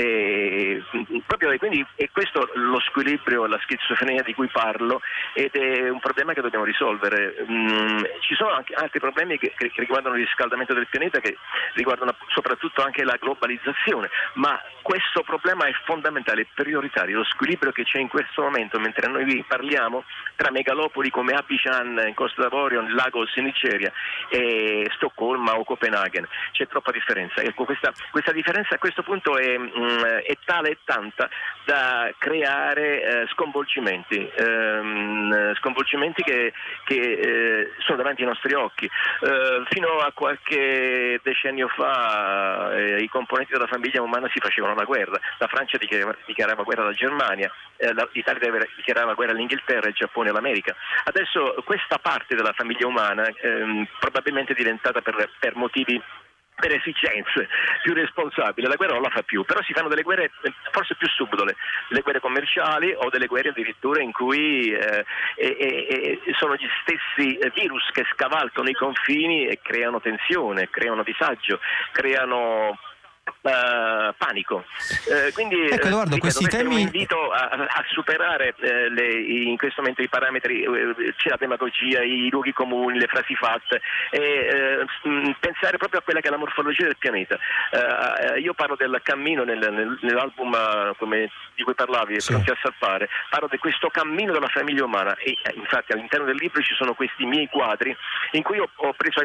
S12: quindi è questo lo squilibrio, la schizofrenia di cui parlo, ed è un problema che dobbiamo risolvere. Ci sono anche altri problemi che riguardano il riscaldamento del pianeta, che riguardano soprattutto anche la globalizzazione, ma questo problema è fondamentale, è prioritario, lo squilibrio che c'è in questo momento mentre noi parliamo tra megalopoli come Abidjan in Costa d'Avorio, Lagos in Nigeria e Stoccolma o Copenaghen. C'è troppa differenza. Ecco, questa differenza a questo punto è tale e tanta da creare sconvolgimenti che sono davanti ai nostri occhi. Fino a qualche decennio fa i componenti della famiglia umana si facevano la guerra. La Francia dichiarava guerra alla Germania, l'Italia dichiarava guerra all'Inghilterra, il Giappone all'America. Adesso questa parte della famiglia umana probabilmente è diventata per motivi, per esigenze più responsabili, la guerra non la fa più, però si fanno delle guerre forse più subdole, delle guerre commerciali o delle guerre addirittura in cui sono gli stessi virus che scavalcano i confini e creano tensione, creano disagio, creano panico. Quindi
S1: ecco, Edoardo, questi temi
S12: un invito a superare in questo momento i parametri, c'è la demagogia, i luoghi comuni, le frasi fatte, e pensare proprio a quella che è la morfologia del pianeta. Io parlo del cammino nell'album di cui parlavi,
S1: sì,
S12: Pronti a salpare, parlo di questo cammino della famiglia umana, e infatti all'interno del libro ci sono questi miei quadri in cui ho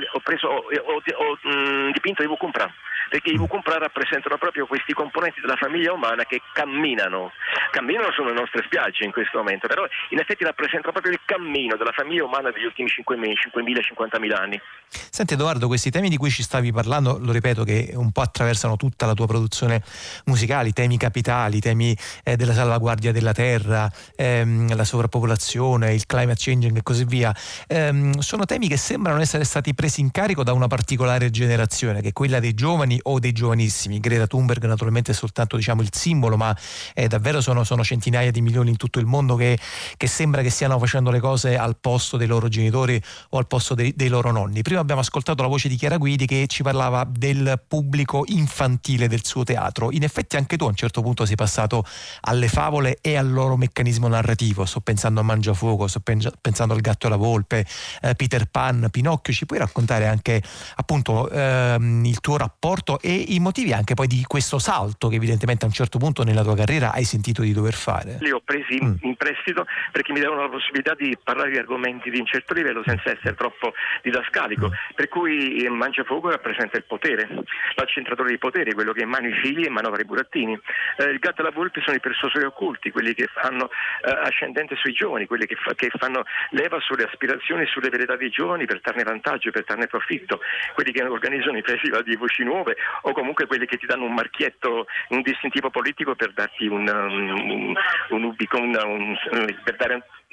S12: dipinto i Vukumpra, perché i Vukumpra rappresentano proprio questi componenti della famiglia umana che camminano sulle nostre spiagge in questo momento, però in effetti rappresentano proprio il cammino della famiglia umana degli ultimi 5.000-50.000 anni.
S1: Senti Edoardo, questi temi di cui ci stavi parlando, lo ripeto, che un po' attraversano tutta la tua produzione musicale, temi capitali, temi della salvaguardia della terra, la sovrappopolazione, il climate changing e così via, sono temi che sembrano essere stati presi in carico da una particolare generazione, che è quella dei giovani o dei giovanissimi. Greta Thunberg naturalmente è soltanto, diciamo, il simbolo, ma davvero sono centinaia di milioni in tutto il mondo che sembra che stiano facendo le cose al posto dei loro genitori o al posto dei loro nonni. Prima abbiamo ascoltato la voce di Chiara Guidi che ci parlava del pubblico infantile del suo teatro. In effetti anche tu a un certo punto sei passato alle favole e al loro meccanismo narrativo. Sto pensando a Mangiafuoco, sto pensando al Gatto e la Volpe, Peter Pan, Pinocchio. Ci puoi raccontare anche appunto il tuo rapporto e i motivi anche poi di questo salto che evidentemente a un certo punto nella tua carriera hai sentito di dover fare?
S12: Li ho presi in prestito perché mi davano la possibilità di parlare di argomenti di un certo livello senza essere troppo didascalico, per cui Mangiafuoco rappresenta il potere, l'accentratore di potere, quello che è in mano i figli e in mano i burattini. Il Gatto e la Volpe sono i persuasori occulti, quelli che fanno ascendente sui giovani, quelli che fanno leva sulle aspirazioni e sulle verità dei giovani per trarne vantaggio, per trarne profitto, quelli che organizzano i festival di voci nuove o comunque quelli che ti danno un marchietto, un distintivo politico per darti un ubicon, per dare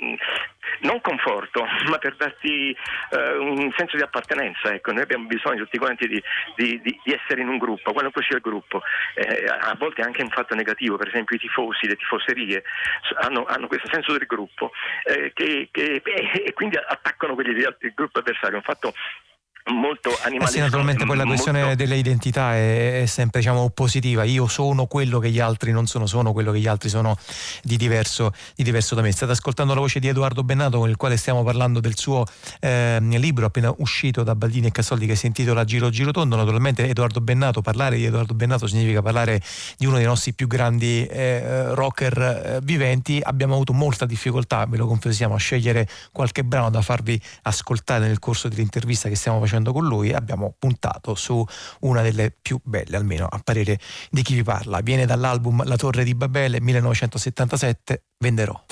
S12: non conforto, ma per darti un senso di appartenenza. Ecco, noi abbiamo bisogno tutti quanti di essere in un gruppo, qualunque sia il gruppo. A volte anche un fatto negativo, per esempio i tifosi, le tifoserie hanno questo senso del gruppo e quindi attaccano quelli del gruppo avversario. Un fatto molto animalistico.
S1: Sì, naturalmente poi la questione delle identità è sempre, diciamo, oppositiva. Io sono quello che gli altri non sono quello che gli altri sono di diverso da me. State ascoltando la voce di Edoardo Bennato, con il quale stiamo parlando del suo libro appena uscito da Baldini e Cassoldi, che si intitola Giro Giro Tondo. Naturalmente Edoardo Bennato, parlare di Edoardo Bennato significa parlare di uno dei nostri più grandi rocker viventi. Abbiamo avuto molta difficoltà, ve lo confessiamo, a scegliere qualche brano da farvi ascoltare nel corso dell'intervista che stiamo facendo con lui. Abbiamo puntato su una delle più belle, almeno a parere di chi vi parla. Viene dall'album La Torre di Babele, 1977, Venderò.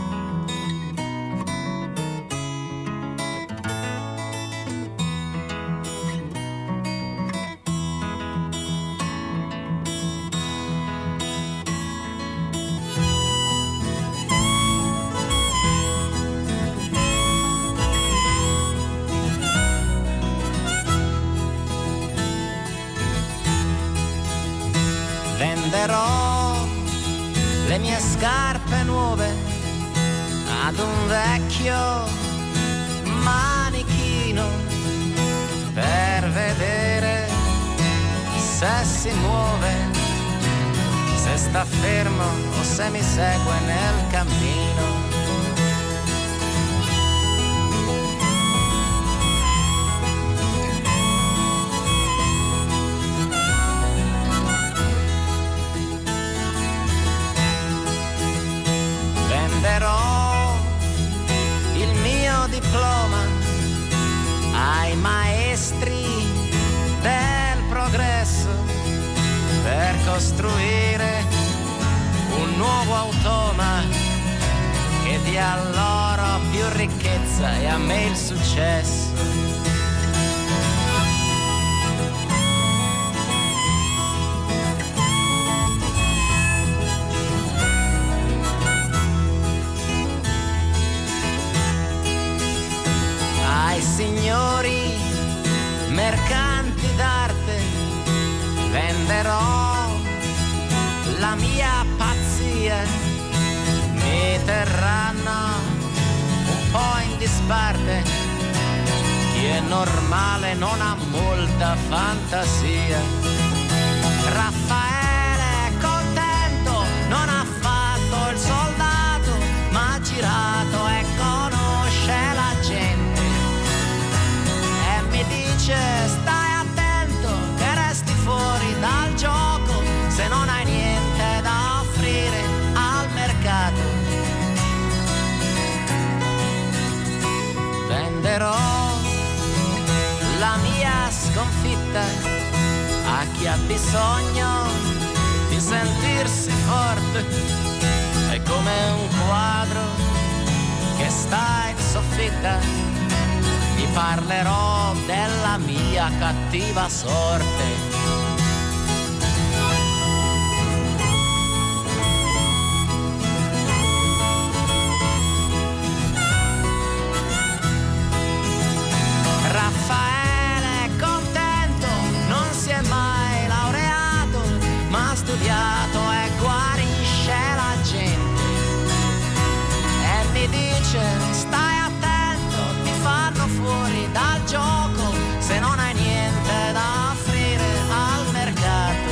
S13: Venderò le mie scarpe nuove ad un vecchio manichino per vedere se si muove, se sta fermo o se mi segue nel cammino. Venderò il mio diploma ai maestri del progresso per costruire un nuovo automa che dia loro più ricchezza e a me il successo. Ai signori mercanti d'arte venderò la mia pazzia, mi terranno un po' in disparte, chi è normale non ha molta fantasia. Raffaele è contento, non ha fatto il soldato, ma ha girato e conosce la gente. Mi dice stai attento che resti fuori dal gioco se non hai niente da offrire al mercato. Venderò la mia sconfitta a chi ha bisogno di sentirsi forte. È come un quadro che sta in soffitta. Vi parlerò della mia cattiva sorte. Raffaele è contento, non si è mai laureato, ma ha studiato e guarisce la gente. E mi dice stai fanno fuori dal gioco se non hai niente da offrire al mercato.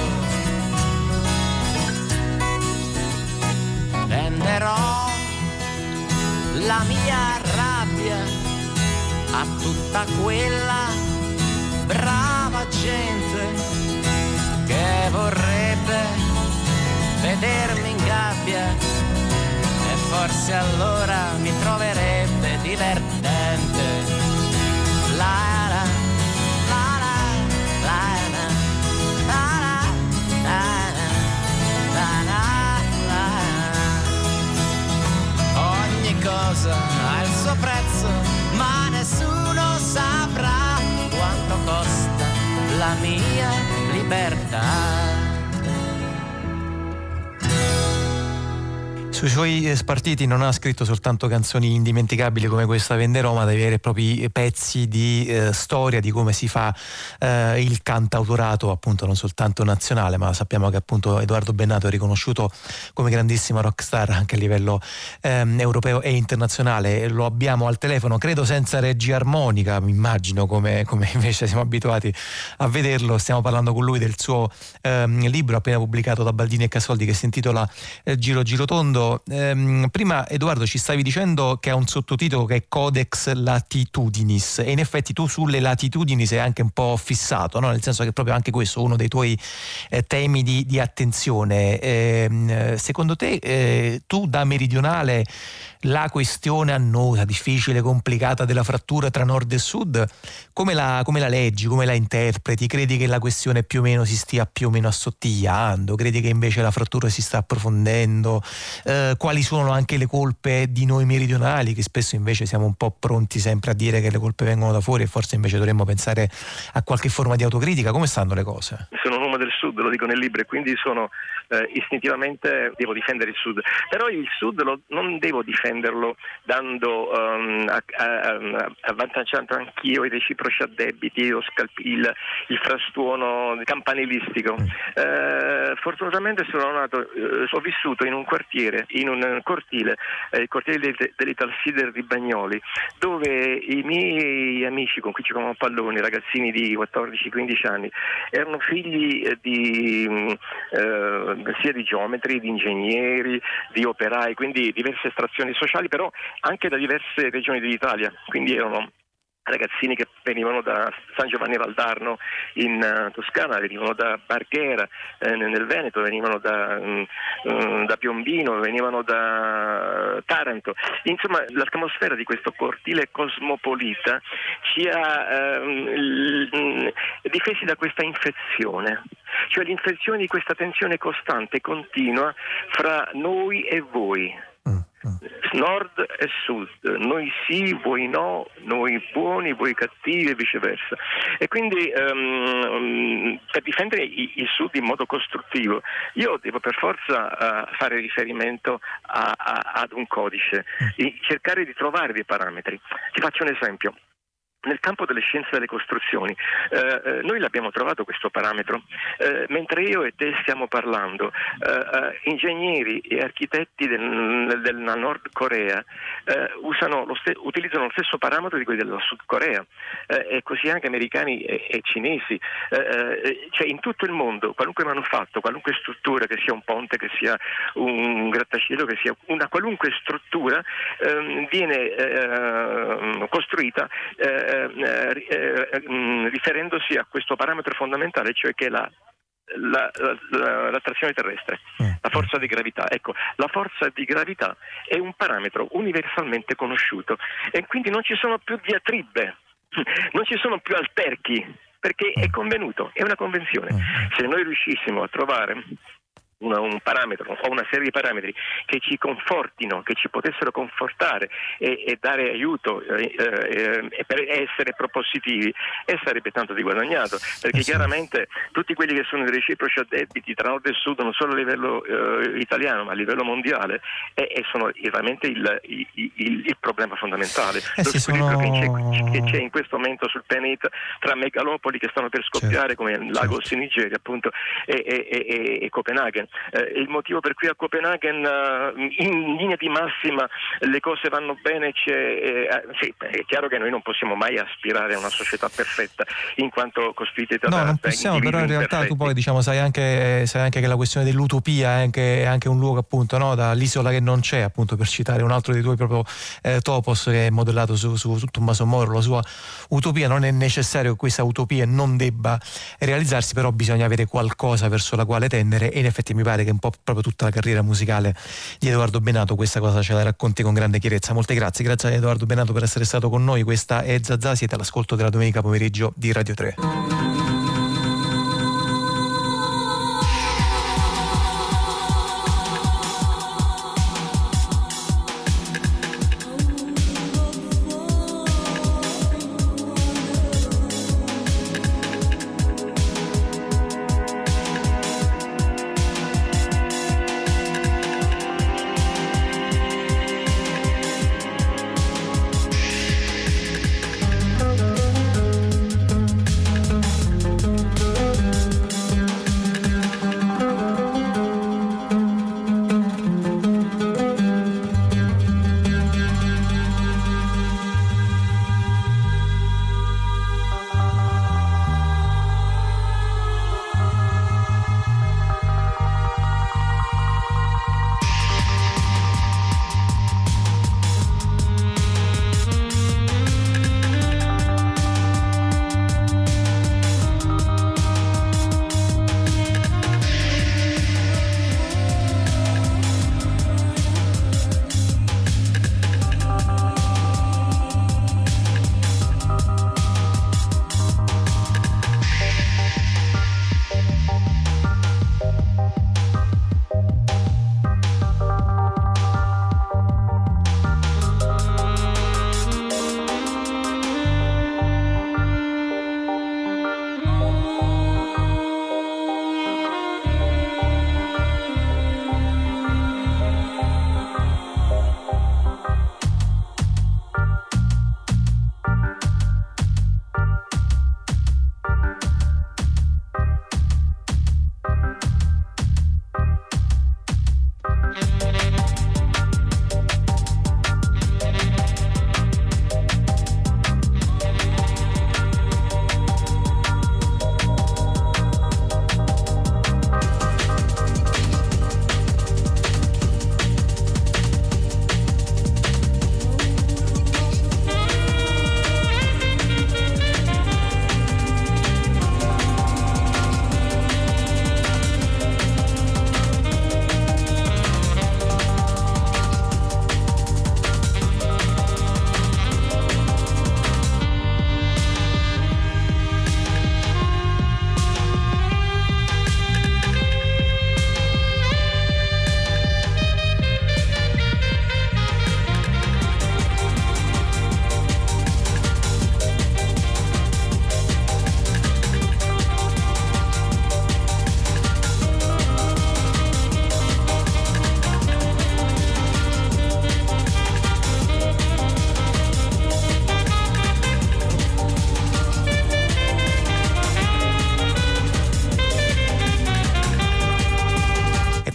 S13: Venderò la mia rabbia a tutta quella brava gente che vorrebbe vedermi in gabbia e forse allora mi troverebbe divertente. La la la la la la la la la. Ogni cosa ha il suo prezzo, ma nessuno saprà quanto costa la mia libertà.
S1: Sui suoi spartiti non ha scritto soltanto canzoni indimenticabili come questa Vende Roma, dei veri e propri pezzi di storia di come si fa il cantautorato, appunto non soltanto nazionale, ma sappiamo che appunto Edoardo Bennato è riconosciuto come grandissima rockstar anche a livello europeo e internazionale. Lo abbiamo al telefono, credo senza regia armonica, mi immagino, come invece siamo abituati a vederlo. Stiamo parlando con lui del suo libro appena pubblicato da Baldini e Casoldi che si intitola Giro Giro Tondo. Prima Edoardo ci stavi dicendo che ha un sottotitolo che è Codex Latitudinis, e in effetti tu sulle latitudini sei anche un po' fissato, no? Nel senso che proprio anche questo è uno dei tuoi temi di attenzione. Secondo te tu da meridionale la questione annosa, difficile, complicata della frattura tra nord e sud come la leggi, come la interpreti? Credi che la questione più o meno si stia più o meno assottigliando? Credi che invece la frattura si sta approfondendo? Quali sono anche le colpe di noi meridionali, che spesso invece siamo un po' pronti sempre a dire che le colpe vengono da fuori e forse invece dovremmo pensare a qualche forma di autocritica? Come stanno le cose?
S12: Sono un uomo del sud, lo dico nel libro, e quindi istintivamente devo difendere il sud, però il sud non devo difenderlo dando avvantaggiando anch'io i reciproci addebiti, il frastuono campanilistico. Fortunatamente ho vissuto in un cortile, il cortile dell'Ital Sider di Bagnoli, dove i miei amici con cui giocavamo a pallone, ragazzini di 14-15 anni, erano figli sia di geometri, di ingegneri, di operai, quindi diverse estrazioni sociali, però anche da diverse regioni d'Italia, quindi erano ragazzini che venivano da San Giovanni Valdarno in Toscana, venivano da Marghera nel Veneto, venivano da Piombino, venivano da Taranto. Insomma, l'atmosfera di questo cortile cosmopolita ci ha difesi da questa infezione, cioè l'infezione di questa tensione costante, continua fra noi e voi. Nord e sud, noi sì, voi no, noi buoni, voi cattivi e viceversa. E quindi per difendere il sud in modo costruttivo io devo per forza fare riferimento ad un codice, cercare di trovare dei parametri. Ti faccio un esempio. Nel campo delle scienze delle costruzioni noi l'abbiamo trovato questo parametro, mentre io e te stiamo parlando, ingegneri e architetti della Nord Corea utilizzano lo stesso parametro di quelli della Sud Corea, e così anche americani e cinesi. Cioè in tutto il mondo qualunque manufatto, qualunque struttura, che sia un ponte, che sia un grattacielo, che sia una qualunque struttura, viene costruita riferendosi a questo parametro fondamentale, cioè che è l'attrazione terrestre, la forza di gravità. Ecco, la forza di gravità è un parametro universalmente conosciuto e quindi non ci sono più diatribe, non ci sono più alterchi, perché è convenuto, è una convenzione. Se noi riuscissimo a trovare un parametro o una serie di parametri che ci confortino, che ci potessero confortare e dare aiuto per essere propositivi, e sarebbe tanto di guadagnato, perché chiaramente tutti quelli che sono i reciproci addebiti tra nord e sud, non solo a livello italiano ma a livello mondiale, sono veramente il problema fondamentale. Lo squilibrio che c'è in questo momento sul pianeta tra megalopoli che stanno per scoppiare, come Lagos in Nigeria appunto e Copenaghen. Il motivo per cui a Copenaghen in linea di massima le cose vanno bene sì, è chiaro che noi non possiamo mai aspirare a una società perfetta in quanto costituita da
S1: non possiamo, però in realtà
S12: perfetti.
S1: Tu poi sai anche che la questione dell'utopia è anche un luogo appunto, no? Dall'isola che non c'è, appunto, per citare un altro dei tuoi proprio topos, che è modellato su Tommaso Moro, la sua utopia. Non è necessario che questa utopia non debba realizzarsi, però bisogna avere qualcosa verso la quale tendere, e in effetti mi pare che un po' proprio tutta la carriera musicale di Edoardo Bennato questa cosa ce la racconti con grande chiarezza. Molte grazie a Edoardo Bennato per essere stato con noi. Questa è Zazà, siete all'ascolto della domenica pomeriggio di Radio 3.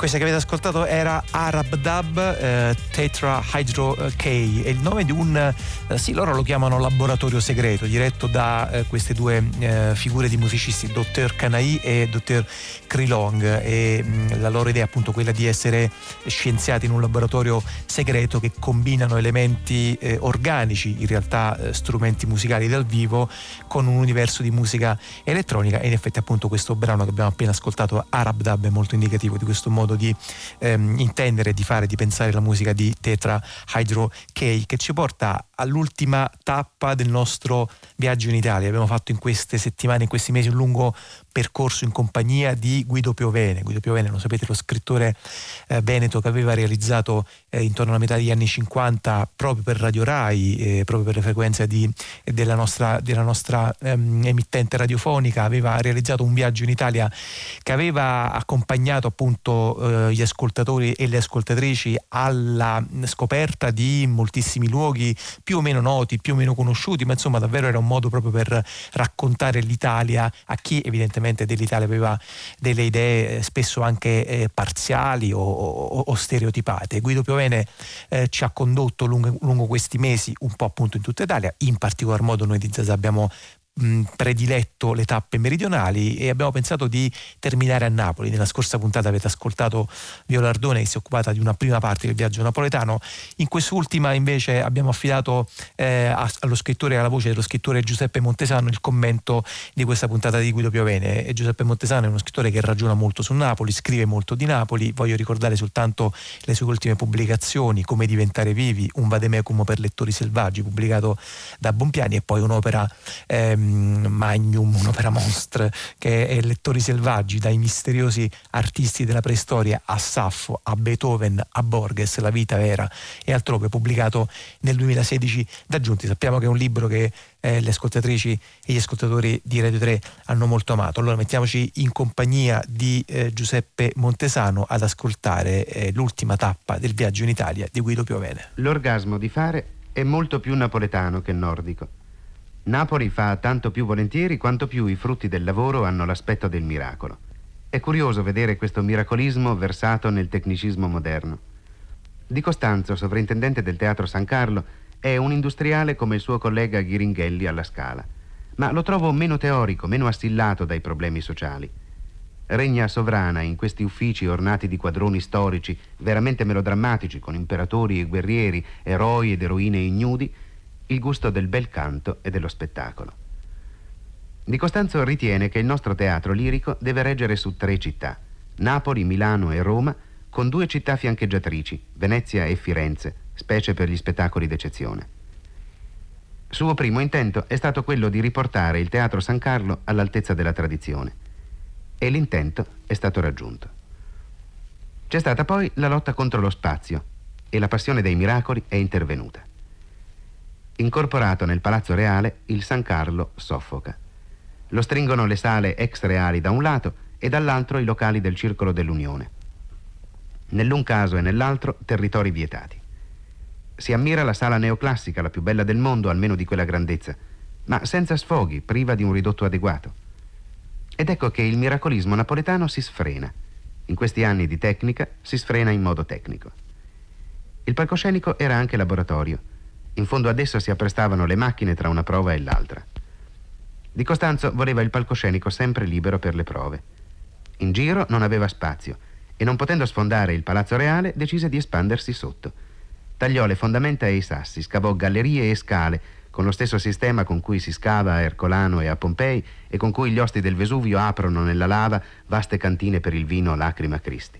S1: Questa che avete ascoltato era Arab Dub, Tetrahydro K, è il nome di un, sì, loro lo chiamano laboratorio segreto, diretto da queste due figure di musicisti, Dr. Kanai e Dr. Krilong, e la loro idea è appunto quella di essere scienziati in un laboratorio segreto che combinano elementi organici, in realtà strumenti musicali dal vivo, con un universo di musica elettronica, e in effetti appunto questo brano che abbiamo appena ascoltato, Arab Dub, è molto indicativo di questo modo di intendere, di fare, di pensare la musica di Tetrahydro K, che ci porta all'ultima tappa del nostro viaggio in Italia. Abbiamo fatto in queste settimane, in questi mesi, un lungo percorso in compagnia di Guido Piovene. Guido Piovene, lo sapete, lo scrittore veneto che aveva realizzato intorno alla metà degli anni 50 proprio per Radio Rai, proprio per le frequenze della nostra emittente radiofonica, aveva realizzato un viaggio in Italia che aveva accompagnato appunto gli ascoltatori e le ascoltatrici alla scoperta di moltissimi luoghi più o meno noti, più o meno conosciuti, ma insomma davvero era un modo proprio per raccontare l'Italia a chi evidentemente dell'Italia aveva delle idee spesso anche parziali o stereotipate. Guido Piovene ci ha condotto lungo questi mesi un po' appunto in tutta Italia, in particolar modo noi di Zazà abbiamo prediletto le tappe meridionali e abbiamo pensato di terminare a Napoli. Nella scorsa puntata avete ascoltato Viola Ardone, che si è occupata di una prima parte del viaggio napoletano. In quest'ultima invece abbiamo affidato allo scrittore e alla voce dello scrittore Giuseppe Montesano il commento di questa puntata di Guido Piovene. E Giuseppe Montesano è uno scrittore che ragiona molto su Napoli, scrive molto di Napoli. Voglio ricordare soltanto le sue ultime pubblicazioni: Come diventare vivi, un vademecum per lettori selvaggi, pubblicato da Bompiani, e poi un'opera magnum, un'opera monstre, che è Lettori selvaggi, dai misteriosi artisti della preistoria a Saffo, a Beethoven, a Borges, La vita vera e altrove, pubblicato nel 2016 da Giunti. Sappiamo che è un libro che le ascoltatrici e gli ascoltatori di Radio 3 hanno molto amato. Allora mettiamoci in compagnia di Giuseppe Montesano ad ascoltare l'ultima tappa del viaggio in Italia di Guido Piovene.
S14: L'orgasmo di fare è molto più napoletano che nordico. Napoli fa tanto più volentieri quanto più i frutti del lavoro hanno l'aspetto del miracolo. È curioso vedere questo miracolismo versato nel tecnicismo moderno. Di Costanzo, sovrintendente del Teatro San Carlo, è un industriale come il suo collega Ghiringhelli alla Scala, ma lo trovo meno teorico, meno assillato dai problemi sociali. Regna sovrana in questi uffici ornati di quadroni storici veramente melodrammatici, con imperatori e guerrieri, eroi ed eroine ignudi, il gusto del bel canto e dello spettacolo. Di Costanzo ritiene che il nostro teatro lirico deve reggere su 3 città, Napoli, Milano e Roma, con 2 città fiancheggiatrici, Venezia e Firenze, specie per gli spettacoli d'eccezione. Suo primo intento è stato quello di riportare il Teatro San Carlo all'altezza della tradizione, e l'intento è stato raggiunto. C'è stata poi la lotta contro lo spazio, e la passione dei miracoli è intervenuta. Incorporato nel Palazzo Reale, il San Carlo soffoca. Lo stringono le sale ex reali da un lato e dall'altro i locali del Circolo dell'Unione. Nell'un caso e nell'altro territori vietati. Si ammira la sala neoclassica, la più bella del mondo, almeno di quella grandezza, ma senza sfoghi, priva di un ridotto adeguato. Ed ecco che il miracolismo napoletano si sfrena. In questi anni di tecnica si sfrena in modo tecnico. Il palcoscenico era anche laboratorio. In fondo ad esso si apprestavano le macchine tra una prova e l'altra. Di Costanzo voleva il palcoscenico sempre libero per le prove. In giro non aveva spazio e, non potendo sfondare il Palazzo Reale, decise di espandersi sotto. Tagliò le fondamenta e i sassi, scavò gallerie e scale con lo stesso sistema con cui si scava a Ercolano e a Pompei e con cui gli osti del Vesuvio aprono nella lava vaste cantine per il vino Lacrima Christi.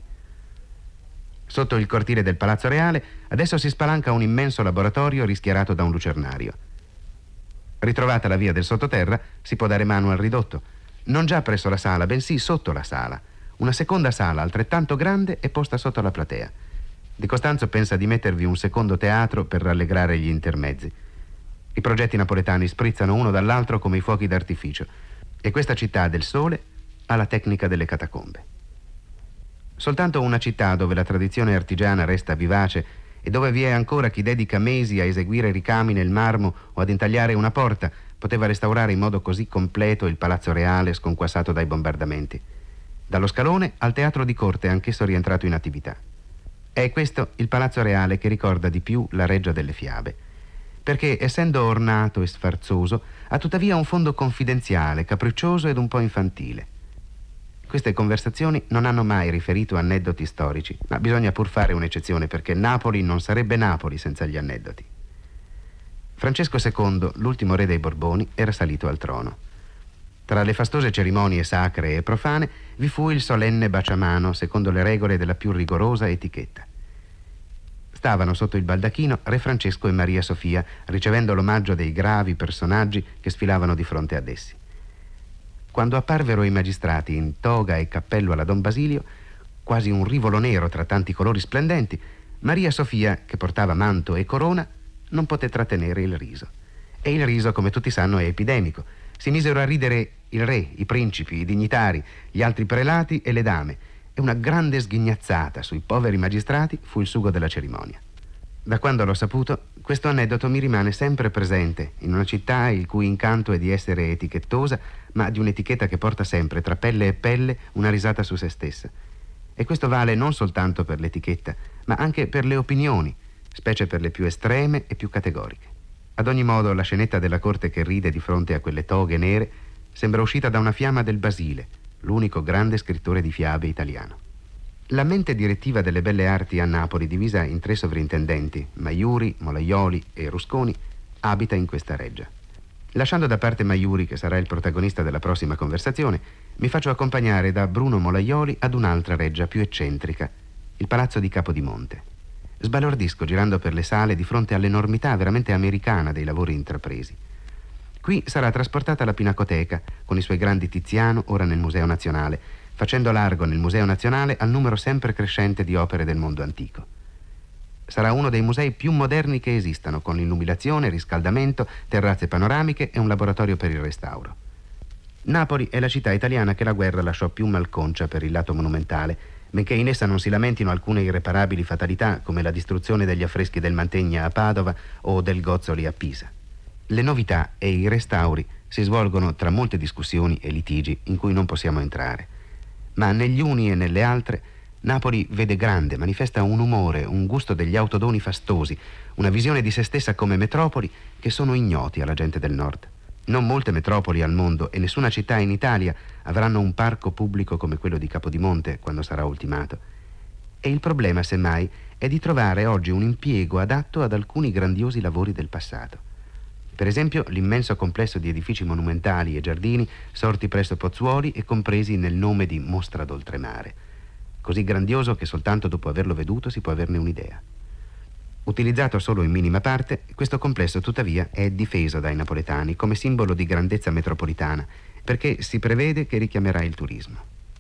S14: Sotto il cortile del Palazzo Reale adesso si spalanca un immenso laboratorio rischiarato da un lucernario. Ritrovata la via del sottoterra, si può dare mano al ridotto, non già presso la sala, bensì sotto la sala. Una seconda sala altrettanto grande è posta sotto la platea. Di Costanzo pensa di mettervi un secondo teatro per rallegrare gli intermezzi. I progetti napoletani sprizzano uno dall'altro come i fuochi d'artificio, e questa città del sole ha la tecnica delle catacombe. Soltanto una città dove la tradizione artigiana resta vivace e dove vi è ancora chi dedica mesi a eseguire ricami nel marmo o ad intagliare una porta poteva restaurare in modo così completo il Palazzo Reale sconquassato dai bombardamenti. Dallo Scalone al teatro di corte, anch'esso rientrato in attività. È questo il Palazzo Reale che ricorda di più la Reggia delle Fiabe, perché essendo ornato e sfarzoso ha tuttavia un fondo confidenziale, capriccioso ed un po' infantile. Queste conversazioni non hanno mai riferito aneddoti storici, ma bisogna pur fare un'eccezione, perché Napoli non sarebbe Napoli senza gli aneddoti. Francesco II, l'ultimo re dei Borboni, era salito al trono. Tra le fastose cerimonie sacre e profane vi fu il solenne baciamano secondo le regole della più rigorosa etichetta. Stavano sotto il baldacchino re Francesco e Maria Sofia, ricevendo l'omaggio dei gravi personaggi che sfilavano di fronte ad essi. Quando apparvero i magistrati in toga e cappello alla Don Basilio, quasi un rivolo nero tra tanti colori splendenti, Maria Sofia, che portava manto e corona, non poté trattenere il riso. E il riso, come tutti sanno, è epidemico. Si misero a ridere il re, i principi, i dignitari, gli altri prelati e le dame, e una grande sghignazzata sui poveri magistrati fu il sugo della cerimonia. Da quando l'ho saputo, questo aneddoto mi rimane sempre presente in una città il cui incanto è di essere etichettosa, ma di un'etichetta che porta sempre, tra pelle e pelle, una risata su se stessa. E questo vale non soltanto per l'etichetta, ma anche per le opinioni, specie per le più estreme e più categoriche. Ad ogni modo, la scenetta della corte che ride di fronte a quelle toghe nere sembra uscita da una fiamma del Basile, l'unico grande scrittore di fiabe italiano. La mente direttiva delle belle arti a Napoli, divisa in 3 sovrintendenti, Maiuri, Molaioli e Rusconi, abita in questa reggia. Lasciando da parte Maiuri, che sarà il protagonista della prossima conversazione, mi faccio accompagnare da Bruno Molaioli ad un'altra reggia più eccentrica, il Palazzo di Capodimonte. Sbalordisco girando per le sale di fronte all'enormità veramente americana dei lavori intrapresi. Qui sarà trasportata la Pinacoteca, con i suoi grandi Tiziano, ora nel Museo Nazionale, facendo largo nel Museo Nazionale al numero sempre crescente di opere del mondo antico. Sarà uno dei musei più moderni che esistano, con illuminazione, riscaldamento, terrazze panoramiche e un laboratorio per il restauro. Napoli è la città italiana che la guerra lasciò più malconcia per il lato monumentale, benché in essa non si lamentino alcune irreparabili fatalità come la distruzione degli affreschi del Mantegna a Padova o del Gozzoli a Pisa. Le novità e i restauri si svolgono tra molte discussioni e litigi in cui non possiamo entrare. Ma negli uni e nelle altre Napoli vede grande, manifesta un umore, un gusto degli autodoni fastosi, una visione di se stessa come metropoli che sono ignoti alla gente del nord. Non molte metropoli al mondo e nessuna città in Italia avranno un parco pubblico come quello di Capodimonte quando sarà ultimato. E il problema, semmai, è di trovare oggi un impiego adatto ad alcuni grandiosi lavori del passato. Per esempio, l'immenso complesso di edifici monumentali e giardini sorti presso Pozzuoli e compresi nel nome di Mostra d'Oltremare, così grandioso che soltanto dopo averlo veduto si può averne un'idea. Utilizzato solo in minima parte, questo complesso tuttavia è difeso dai napoletani come simbolo di grandezza metropolitana, perché si prevede che richiamerà il turismo.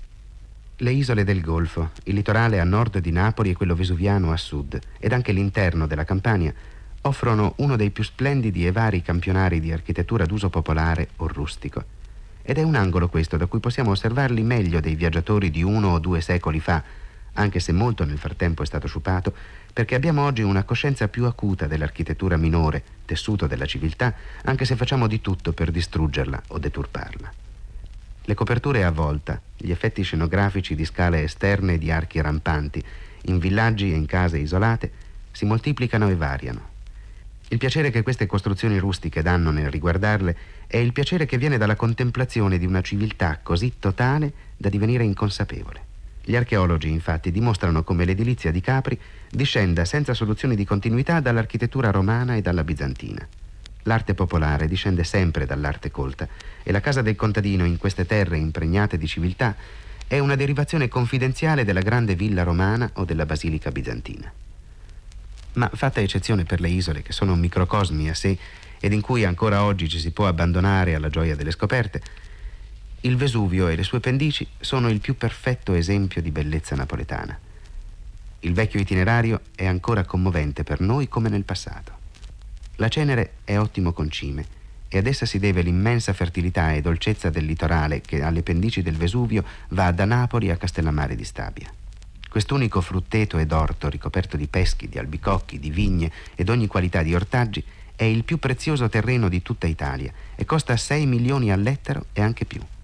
S14: Le isole del Golfo, il litorale a nord di Napoli e quello vesuviano a sud, ed anche l'interno della Campania, offrono uno dei più splendidi e vari campionari di architettura d'uso popolare o rustico. Ed è un angolo questo da cui possiamo osservarli meglio dei viaggiatori di 1 o 2 secoli fa, anche se molto nel frattempo è stato sciupato, perché abbiamo oggi una coscienza più acuta dell'architettura minore, tessuto della civiltà, anche se facciamo di tutto per distruggerla o deturparla. Le coperture a volta, gli effetti scenografici di scale esterne e di archi rampanti, in villaggi e in case isolate, si moltiplicano e variano. Il piacere che queste costruzioni rustiche danno nel riguardarle è il piacere che viene dalla contemplazione di una civiltà così totale da divenire inconsapevole. Gli archeologi, infatti, dimostrano come l'edilizia di Capri discenda senza soluzioni di continuità dall'architettura romana e dalla bizantina. L'arte popolare discende sempre dall'arte colta e la casa del contadino in queste terre impregnate di civiltà è una derivazione confidenziale della grande villa romana o della basilica bizantina. Ma fatta eccezione per le isole, che sono microcosmi a sé ed in cui ancora oggi ci si può abbandonare alla gioia delle scoperte, il Vesuvio e le sue pendici sono il più perfetto esempio di bellezza napoletana. Il vecchio itinerario è ancora commovente per noi come nel passato. La Cenere è ottimo concime e ad essa si deve l'immensa fertilità e dolcezza del litorale che alle pendici del Vesuvio va da Napoli a Castellammare di Stabia. Quest'unico frutteto ed orto ricoperto di peschi, di albicocchi, di vigne ed ogni qualità di ortaggi è il più prezioso terreno di tutta Italia e costa 6 milioni all'ettaro e anche più.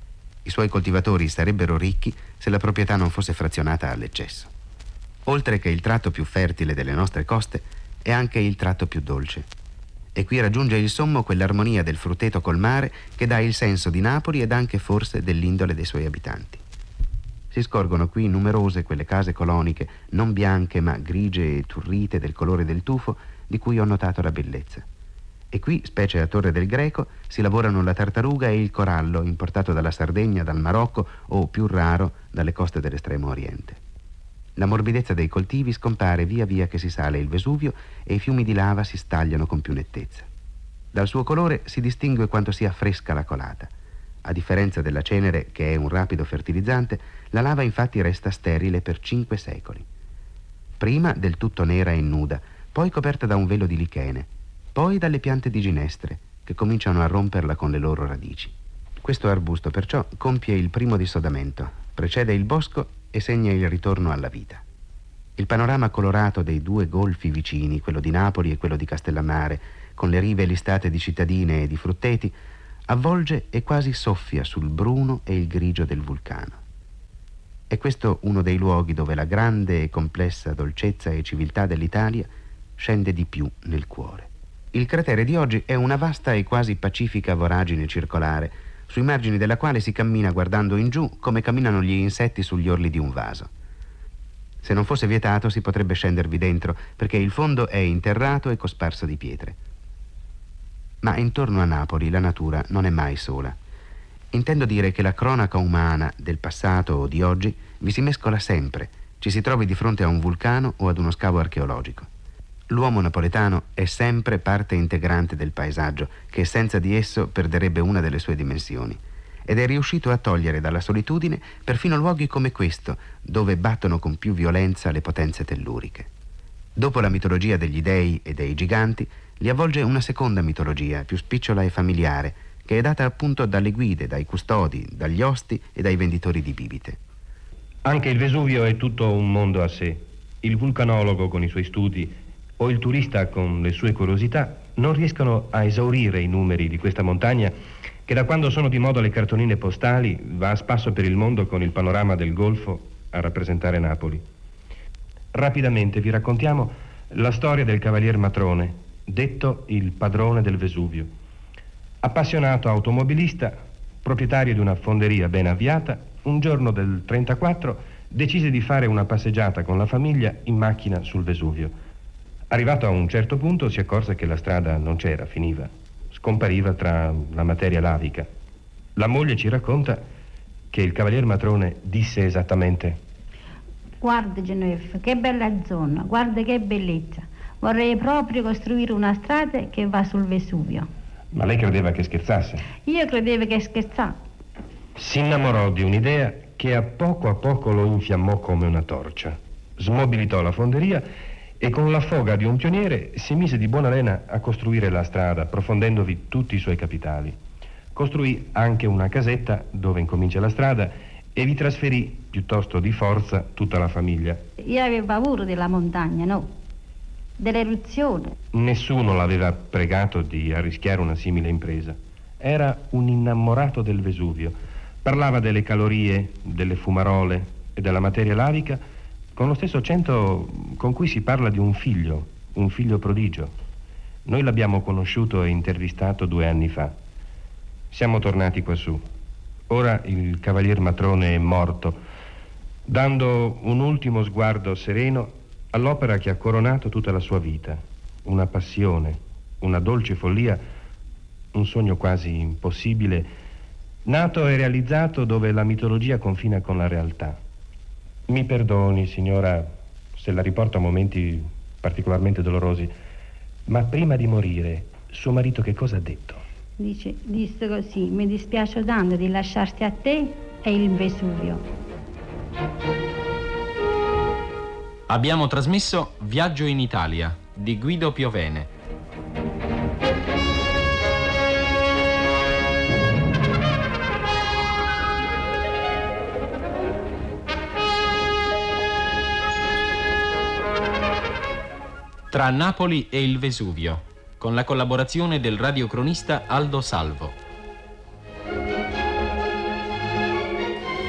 S14: I suoi coltivatori sarebbero ricchi se la proprietà non fosse frazionata all'eccesso. Oltre che il tratto più fertile delle nostre coste, è anche il tratto più dolce. E qui raggiunge il sommo quell'armonia del frutteto col mare che dà il senso di Napoli ed anche forse dell'indole dei suoi abitanti. Si scorgono qui numerose quelle case coloniche, non bianche ma grigie e turrite del colore del tufo, di cui ho notato la bellezza. E qui, specie a Torre del Greco, si lavorano la tartaruga e il corallo, importato dalla Sardegna, dal Marocco o, più raro, dalle coste dell'estremo oriente. La morbidezza dei coltivi scompare via via che si sale il Vesuvio e i fiumi di lava si stagliano con più nettezza. Dal suo colore si distingue quanto sia fresca la colata. A differenza della cenere, che è un rapido fertilizzante, la lava infatti resta sterile per 5 secoli. Prima del tutto nera e nuda, poi coperta da un velo di lichene, poi dalle piante di ginestre, che cominciano a romperla con le loro radici. Questo arbusto perciò compie il primo dissodamento, precede il bosco e segna il ritorno alla vita. Il panorama colorato dei 2 golfi vicini, quello di Napoli e quello di Castellammare, con le rive listate di cittadine e di frutteti, avvolge e quasi soffia sul bruno e il grigio del vulcano. È questo uno dei luoghi dove la grande e complessa dolcezza e civiltà dell'Italia scende di più nel cuore. Il cratere di oggi è una vasta e quasi pacifica voragine circolare, sui margini della quale si cammina guardando in giù come camminano gli insetti sugli orli di un vaso. Se non fosse vietato si potrebbe scendervi dentro, perché il fondo è interrato e cosparso di pietre. Ma intorno a Napoli la natura non è mai sola. Intendo dire che la cronaca umana del passato o di oggi vi si mescola sempre, ci si trovi di fronte a un vulcano o ad uno scavo archeologico. L'uomo napoletano è sempre parte integrante del paesaggio, che senza di esso perderebbe una delle sue dimensioni, ed è riuscito a togliere dalla solitudine perfino luoghi come questo, dove battono con più violenza le potenze telluriche. Dopo la mitologia degli dei e dei giganti, li avvolge una seconda mitologia, più spicciola e familiare, che è data appunto dalle guide, dai custodi, dagli osti e dai venditori di bibite.
S15: Anche il Vesuvio è tutto un mondo a sé. Il vulcanologo con i suoi studi o il turista con le sue curiosità non riescono a esaurire i numeri di questa montagna che da quando sono di moda le cartoline postali va a spasso per il mondo con il panorama del Golfo a rappresentare Napoli. Rapidamente vi raccontiamo la storia del Cavalier Matrone, detto il padrone del Vesuvio. Appassionato automobilista, proprietario di una fonderia ben avviata, un giorno del 34 decise di fare una passeggiata con la famiglia in macchina sul Vesuvio. Arrivato a un certo punto si accorse che la strada non c'era, finiva, scompariva tra la materia lavica. La moglie ci racconta che il Cavalier Matrone disse esattamente:
S16: guarda Genoveffa, che bella zona, guarda che bellezza, vorrei proprio costruire una strada che va sul Vesuvio.
S15: Ma lei credeva che scherzasse?
S16: Io credevo che scherzasse.
S15: Si innamorò di un'idea che a poco lo infiammò come una torcia. Smobilitò la fonderia e con la foga di un pioniere si mise di buona lena a costruire la strada, approfondendovi tutti i suoi capitali. Costruì anche una casetta dove incomincia la strada e vi trasferì, piuttosto di forza, tutta la famiglia.
S16: Io avevo paura della montagna, no? Dell'eruzione.
S15: Nessuno l'aveva pregato di arrischiare una simile impresa. Era un innamorato del Vesuvio. Parlava delle calorie, delle fumarole e della materia lavica con lo stesso accento con cui si parla di un figlio prodigio. Noi l'abbiamo conosciuto e intervistato 2 anni fa. Siamo tornati quassù. Ora il Cavalier Matrone è morto, dando un ultimo sguardo sereno all'opera che ha coronato tutta la sua vita. Una passione, una dolce follia, un sogno quasi impossibile, nato e realizzato dove la mitologia confina con la realtà. Mi perdoni, signora, se la riporto a momenti particolarmente dolorosi, ma prima di morire, suo marito che cosa ha detto?
S16: Disse così: mi dispiace tanto di lasciarti a te e il Vesuvio.
S17: Abbiamo trasmesso Viaggio in Italia di Guido Piovene. Tra Napoli e il Vesuvio, con la collaborazione del radiocronista Aldo Salvo.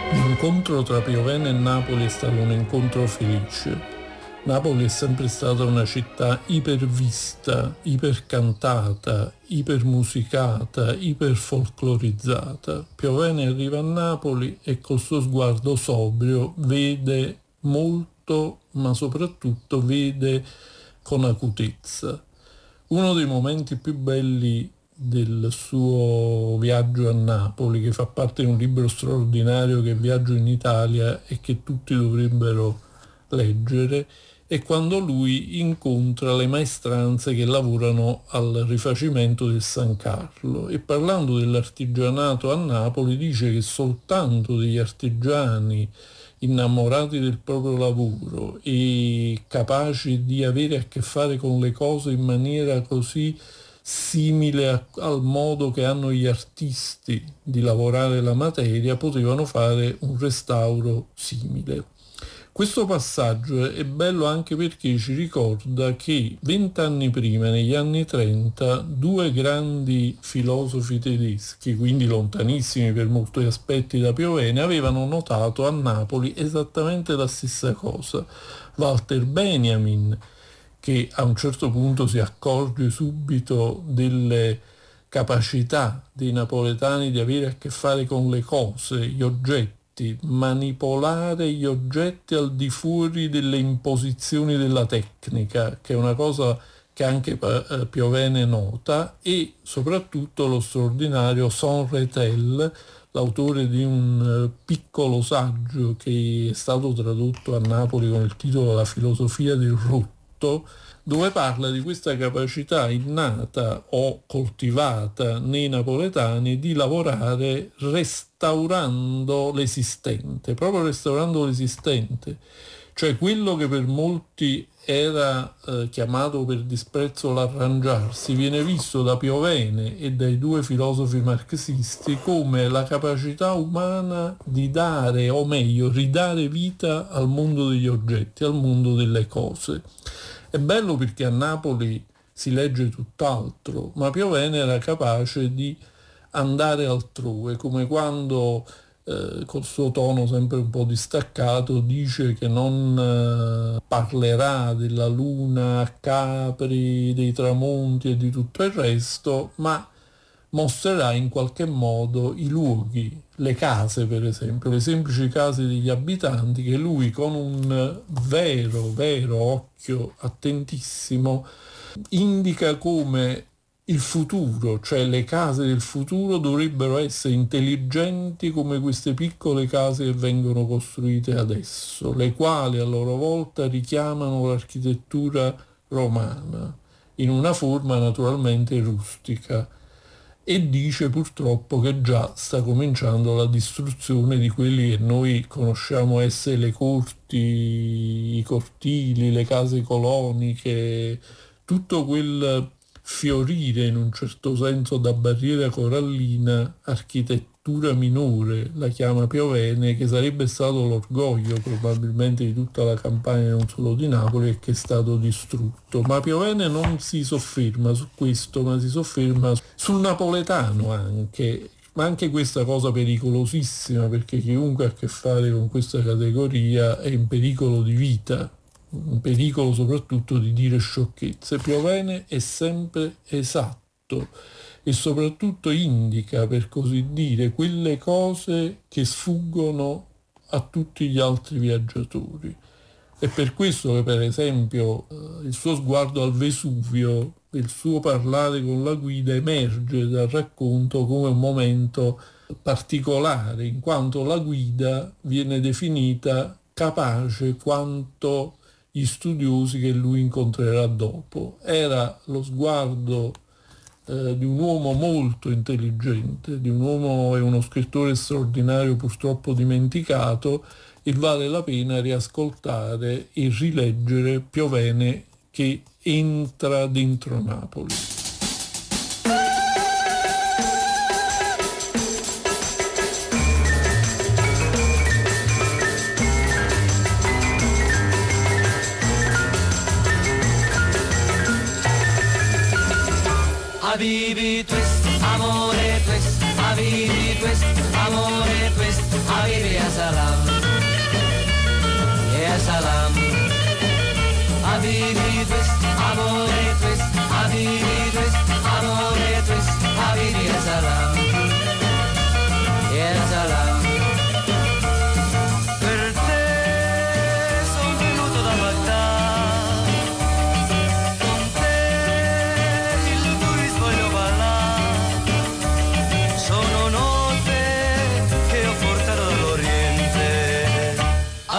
S18: L'incontro tra Piovene e Napoli è stato un incontro felice. Napoli è sempre stata una città ipervista, ipercantata, ipermusicata, iperfolclorizzata. Piovene arriva a Napoli e col suo sguardo sobrio vede molto, ma soprattutto vede con acutezza. Uno dei momenti più belli del suo viaggio a Napoli, che fa parte di un libro straordinario che è Viaggio in Italia e che tutti dovrebbero leggere, è quando lui incontra le maestranze che lavorano al rifacimento del San Carlo, e parlando dell'artigianato a Napoli dice che soltanto degli artigiani innamorati del proprio lavoro e capaci di avere a che fare con le cose in maniera così simile al modo che hanno gli artisti di lavorare la materia potevano fare un restauro simile. Questo passaggio è bello anche perché ci ricorda che 20 anni prima, negli anni 30, due grandi filosofi tedeschi, quindi lontanissimi per molti aspetti da Piovene, avevano notato a Napoli esattamente la stessa cosa. Walter Benjamin, che a un certo punto si accorge subito delle capacità dei napoletani di avere a che fare con le cose, gli oggetti, manipolare gli oggetti al di fuori delle imposizioni della tecnica, che è una cosa che anche Piovene nota, e soprattutto lo straordinario Son Rethel, l'autore di un piccolo saggio che è stato tradotto a Napoli con il titolo La filosofia del rutto, dove parla di questa capacità innata o coltivata nei napoletani di lavorare restaurando l'esistente, proprio restaurando l'esistente, cioè quello che per molti era chiamato per disprezzo l'arrangiarsi, viene visto da Piovene e dai due filosofi marxisti come la capacità umana di dare, o meglio, ridare vita al mondo degli oggetti, al mondo delle cose. È bello perché a Napoli si legge tutt'altro, ma Piovene era capace di andare altrove, come quando col suo tono sempre un po' distaccato dice che non parlerà della luna a Capri, dei tramonti e di tutto il resto, ma mostrerà in qualche modo i luoghi, le case per esempio, le semplici case degli abitanti, che lui con un vero occhio attentissimo indica come il futuro, cioè le case del futuro dovrebbero essere intelligenti come queste piccole case che vengono costruite adesso, le quali a loro volta richiamano l'architettura romana, in una forma naturalmente rustica. E dice purtroppo che già sta cominciando la distruzione di quelli che noi conosciamo essere le corti, i cortili, le case coloniche, tutto quel fiorire in un certo senso da barriera corallina, architettura minore, la chiama Piovene, che sarebbe stato l'orgoglio probabilmente di tutta la Campania, non solo di Napoli, e che è stato distrutto. Ma Piovene non si sofferma su questo, ma si sofferma sul napoletano anche, ma anche questa cosa pericolosissima, perché chiunque ha a che fare con questa categoria è in pericolo di vita, un pericolo soprattutto di dire sciocchezze. Piovene è sempre esatto e soprattutto indica, per così dire, quelle cose che sfuggono a tutti gli altri viaggiatori. È per questo che, per esempio, il suo sguardo al Vesuvio, il suo parlare con la guida emerge dal racconto come un momento particolare, in quanto la guida viene definita capace quanto gli studiosi che lui incontrerà dopo. Era lo sguardo di un uomo molto intelligente, di un uomo e uno scrittore straordinario purtroppo dimenticato, e vale la pena riascoltare e rileggere Piovene che entra dentro Napoli.
S13: Habibi twist, amore twist, habibi twist, amore twist, habibi asa.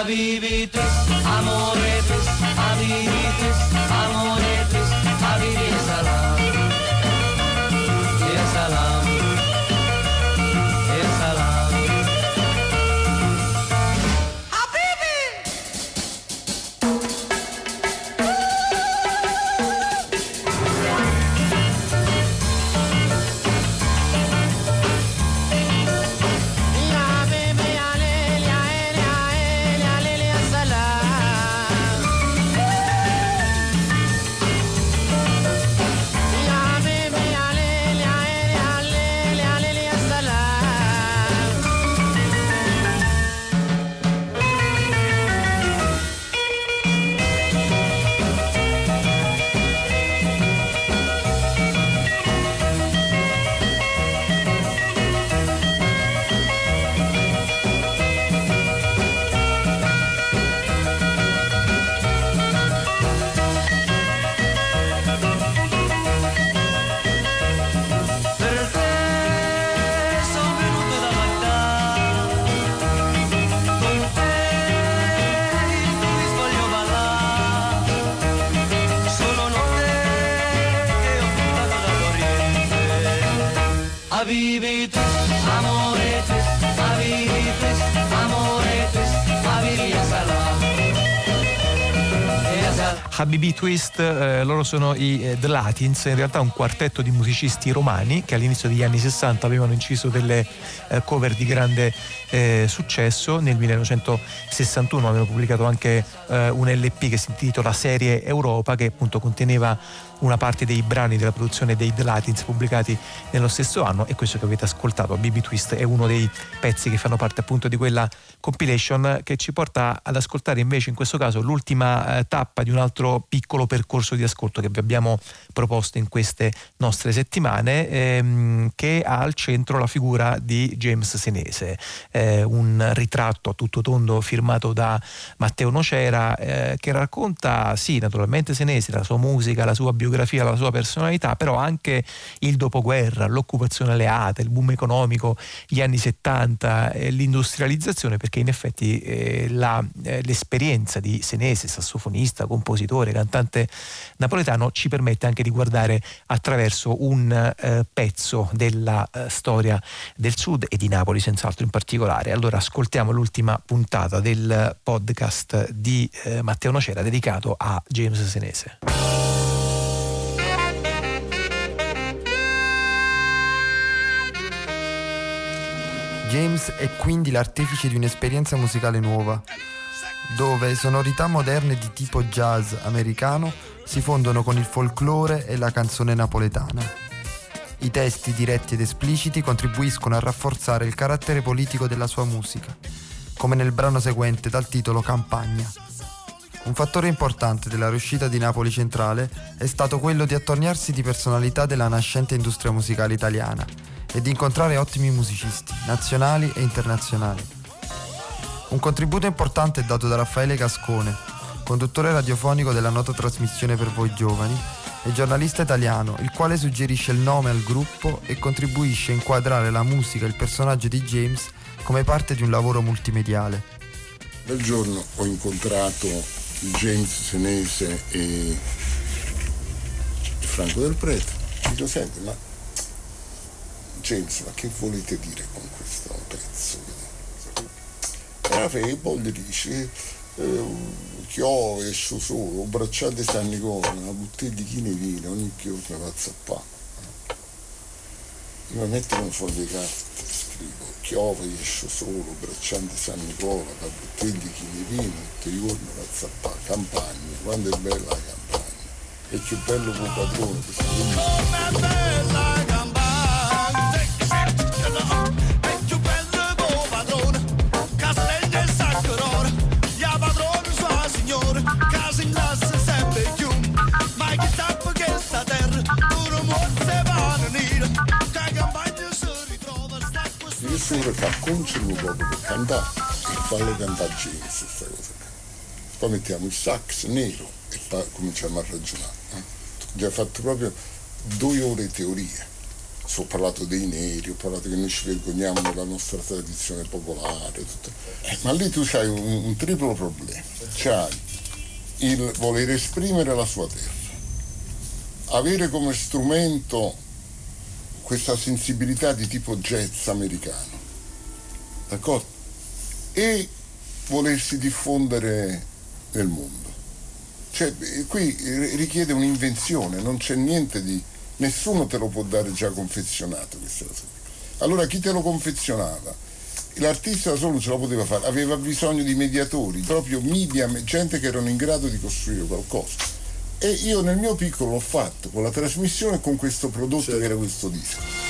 S13: Avivi twist, amore twist, avivi twist, amore twist, avivi salam, ya salam, ya salam. Avivi twist, amore twist, avivi twist, amore twist, avivi salam.
S1: Habibi Twist, loro sono i The Latins, in realtà un quartetto di musicisti romani che all'inizio degli anni 60 avevano inciso delle cover di grande successo. Nel 1961 avevano pubblicato anche un LP che si intitola Serie Europa, che appunto conteneva una parte dei brani della produzione dei The Latins pubblicati nello stesso anno, e questo che avete ascoltato, Habibi Twist, è uno dei pezzi che fanno parte appunto di quella compilation, che ci porta ad ascoltare invece in questo caso l'ultima tappa di un altro piccolo percorso di ascolto che vi abbiamo proposto in queste nostre settimane, che ha al centro la figura di James Senese, un ritratto a tutto tondo firmato da Matteo Nocera, che racconta sì naturalmente Senese, la sua musica, la sua biografia, la sua personalità, però anche il dopoguerra, l'occupazione alleata, il boom economico, gli anni 70, l'industrializzazione, perché in effetti l'esperienza di Senese, sassofonista, compositore, cantante napoletano, ci permette anche di guardare attraverso un pezzo della storia del Sud e di Napoli senz'altro in particolare. Allora ascoltiamo l'ultima puntata del podcast di Matteo Nocera dedicato a James Senese.
S19: James è quindi l'artefice di un'esperienza musicale nuova, dove sonorità moderne di tipo jazz americano si fondono con il folklore e la canzone napoletana. I testi diretti ed espliciti contribuiscono a rafforzare il carattere politico della sua musica, come nel brano seguente dal titolo Campagna. Un fattore importante della riuscita di Napoli Centrale è stato quello di attorniarsi di personalità della nascente industria musicale italiana e di incontrare ottimi musicisti, nazionali e internazionali. Un contributo importante è dato da Raffaele Gascone, conduttore radiofonico della nota trasmissione Per Voi Giovani e giornalista italiano, il quale suggerisce il nome al gruppo e contribuisce a inquadrare la musica e il personaggio di James come parte di un lavoro multimediale.
S20: Quel giorno ho incontrato James Senese e Franco Del Prete. Dico, senti, ma James, ma che volete dire con questo pezzo? E alla fine poi gli dice chiove, esce solo, bracciate San Nicola, una bottiglia di chine vino, ogni giorno va a zappare. Io mi metto un foglio di carta e scrivo chiove, esce solo, bracciante San Nicola, una bottiglia di chine vino, tutti i giorni va a zappare, campagna, quando è bella la campagna, è più bello che un padrone che si nessuno fa consiglio proprio per cantare e farle cantare James, questa cosa qua. Poi mettiamo il sax nero e cominciamo a ragionare. Già fatto proprio 2 ore di teoria Ho parlato dei neri, ho parlato che noi ci vergogniamo della nostra tradizione popolare, tutto. Ma lì tu c'hai un triplo problema. C'hai il voler esprimere la sua terra, avere come strumento questa sensibilità di tipo jazz americano, d'accordo? E volersi diffondere nel mondo. Cioè, qui richiede un'invenzione, non c'è niente di... Nessuno te lo può dare già confezionato questa cosa. Allora chi te lo confezionava? L'artista solo ce lo poteva fare, aveva bisogno di mediatori, proprio media, gente che erano in grado di costruire qualcosa. E io nel mio piccolo l'ho fatto con la trasmissione e con questo prodotto che era questo disco.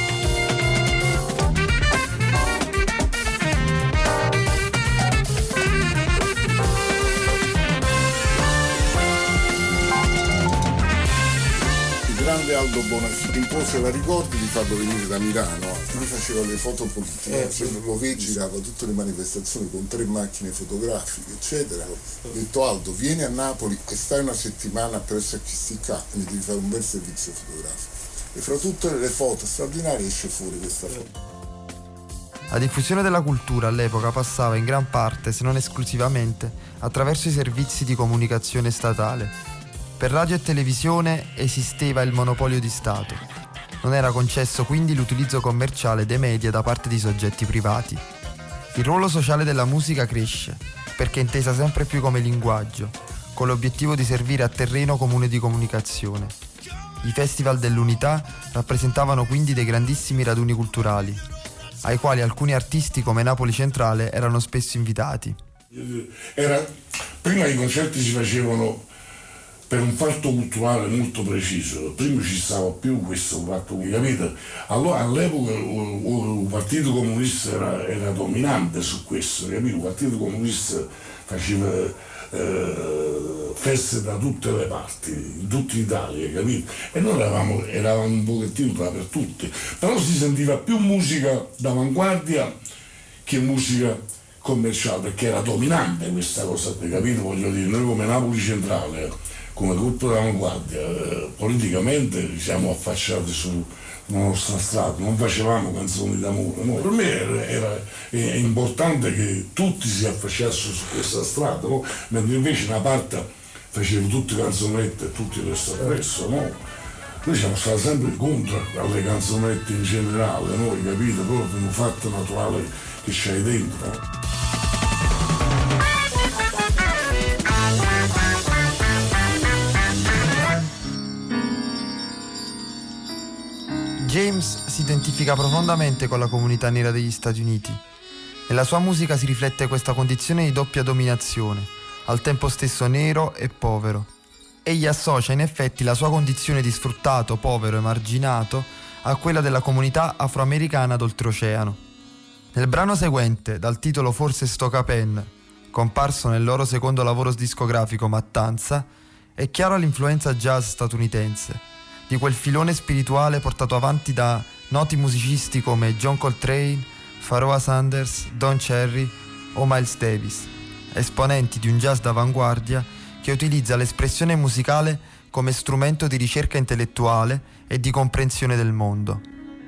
S20: Grande Aldo Bonafini impose, la ricordi, di farlo venire da Milano? Lui faceva le foto politiche, lo vedi, girava tutte le manifestazioni con 3 macchine fotografiche, eccetera. Ho detto: Aldo, vieni a Napoli e stai una settimana presso a Chisticà e mi devi fare un bel servizio fotografico. E fra tutte le foto straordinarie esce fuori questa foto.
S19: La diffusione della cultura all'epoca passava in gran parte, se non esclusivamente, attraverso i servizi di comunicazione statale. Per radio e televisione esisteva il monopolio di Stato. Non era concesso quindi l'utilizzo commerciale dei media da parte di soggetti privati. Il ruolo sociale della musica cresce, perché è intesa sempre più come linguaggio, con l'obiettivo di servire a terreno comune di comunicazione. I festival dell'unità rappresentavano quindi dei grandissimi raduni culturali, ai quali alcuni artisti come Napoli Centrale erano spesso invitati.
S21: Prima i concerti si facevano per un fatto culturale molto preciso, prima ci stava più questo fatto, capite? Allora all'epoca il Partito Comunista era dominante su questo, capito? Il Partito Comunista faceva feste da tutte le parti, in tutta Italia, capito? E noi eravamo un pochettino dappertutto, però si sentiva più musica d'avanguardia che musica commerciale, perché era dominante questa cosa, capito? Voglio dire, noi come Napoli Centrale, come gruppo d'avanguardia, politicamente siamo affacciati sulla nostra strada, non facevamo canzoni d'amore. No? Per me è importante che tutti si affacciassero su questa strada, no? Mentre invece una parte faceva tutte canzonette e tutti il resto appresso. No? Noi siamo stati sempre contro alle canzonette in generale, noi, capito? Proprio un fatto naturale che c'hai dentro. No?
S19: James si identifica profondamente con la comunità nera degli Stati Uniti. Nella sua musica si riflette questa condizione di doppia dominazione, al tempo stesso nero e povero. Egli associa in effetti la sua condizione di sfruttato, povero, emarginato a quella della comunità afroamericana d'oltreoceano. Nel brano seguente, dal titolo Forse sto capendo, comparso nel loro secondo lavoro discografico Mattanza, è chiara l'influenza jazz statunitense, di quel filone spirituale portato avanti da noti musicisti come John Coltrane, Pharoah Sanders, Don Cherry o Miles Davis, esponenti di un jazz d'avanguardia che utilizza l'espressione musicale come strumento di ricerca intellettuale e di comprensione del mondo.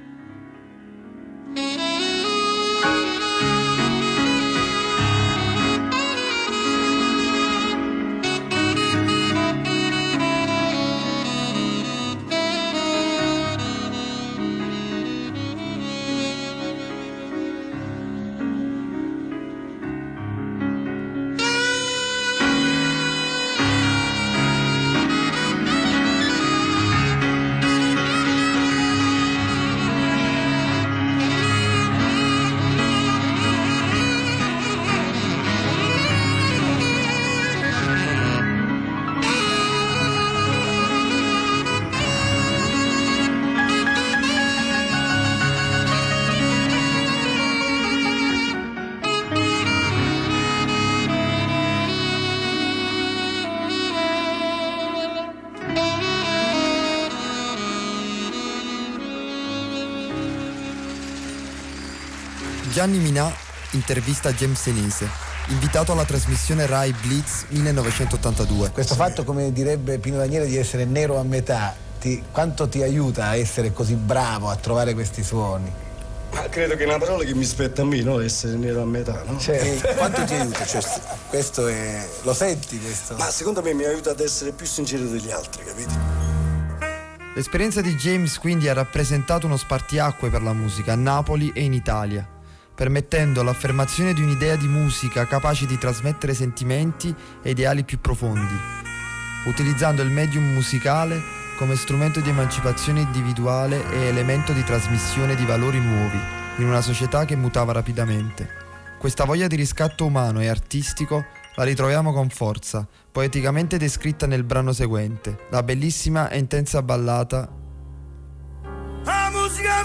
S19: Gianni Minà intervista James Senese, invitato alla trasmissione Rai Blitz 1982.
S22: Questo fatto, come direbbe Pino Daniele, di essere nero a metà
S4: quanto ti aiuta a essere così bravo, a trovare questi suoni?
S22: Ma credo che è una parola che mi spetta a me, no? Essere nero a metà, no?
S4: Certo. Quanto ti aiuta? Cioè, questo è... Lo senti questo?
S22: Ma secondo me mi aiuta ad essere più sincero degli altri, capito?
S19: L'esperienza di James quindi ha rappresentato uno spartiacque per la musica a Napoli e in Italia, permettendo l'affermazione di un'idea di musica capace di trasmettere sentimenti e ideali più profondi, utilizzando il medium musicale come strumento di emancipazione individuale e elemento di trasmissione di valori nuovi in una società che mutava rapidamente. Questa voglia di riscatto umano e artistico la ritroviamo con forza, poeticamente descritta nel brano seguente, la bellissima e intensa ballata
S10: A musica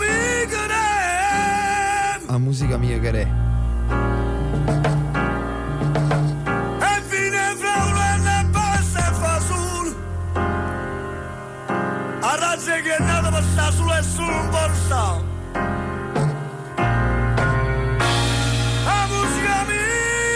S10: mia che re. E fine fra una e passa e fa sul. A razza che è nata per sta sulla e su un borsa. A musica mia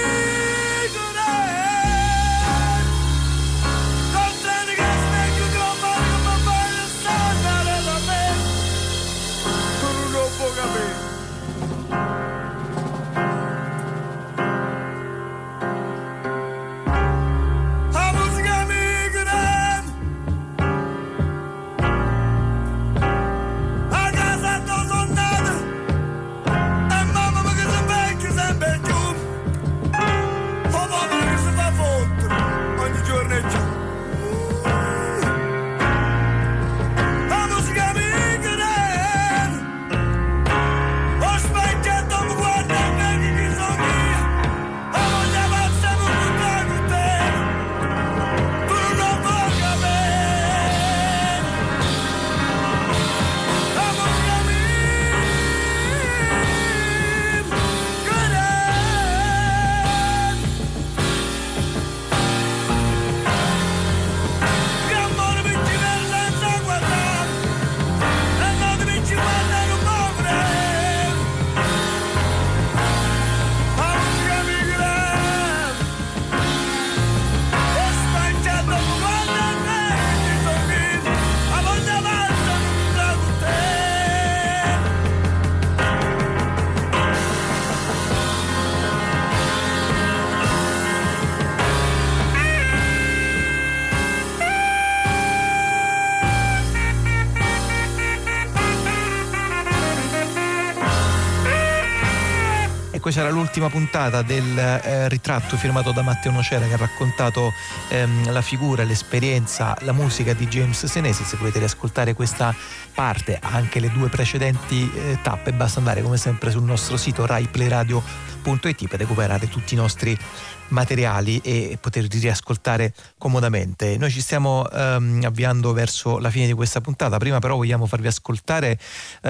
S1: Questa era l'ultima puntata del ritratto firmato da Matteo Nocera, che ha raccontato la figura, l'esperienza, la musica di James Senesi. Se volete riascoltare questa parte, anche le due precedenti tappe, basta andare come sempre sul nostro sito raiplayradio.it per recuperare tutti i nostri materiali e poterli riascoltare comodamente. Noi ci stiamo avviando verso la fine di questa puntata. Prima però vogliamo farvi ascoltare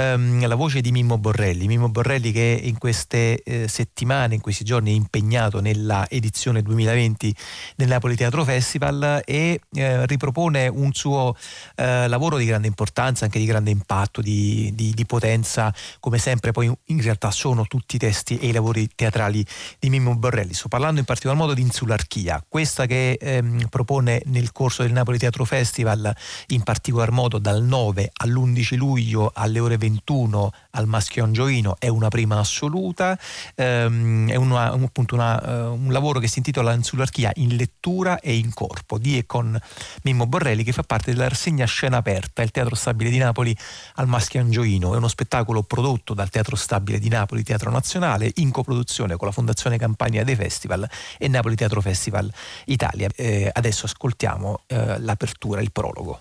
S1: la voce di Mimmo Borrelli che in queste settimane, in questi giorni è impegnato nella edizione 2020 del Napoli Teatro Festival e ripropone un suo lavoro di grande importanza, anche di grande impatto, di potenza, come sempre poi in realtà sono tutti i testi e i lavori teatrali di Mimmo Borrelli. Sto parlando in particolar modo di Insularchia, questa che propone nel corso del Napoli Teatro Festival, in particolar modo dal 9 all'11 luglio alle ore 21 al Maschio Angioino. È una prima assoluta, è un lavoro che si intitola Insularchia in lettura e in corpo, di e con Mimmo Borrelli, che fa parte della rassegna Scena Aperta, il Teatro Stabile di Napoli al Maschio Angioino. È uno spettacolo prodotto dal Teatro Stabile di Napoli, Teatro Nazionale, in coproduzione con la Fondazione Campania dei Festival e Napoli Teatro Festival Italia. Adesso ascoltiamo l'apertura, il prologo.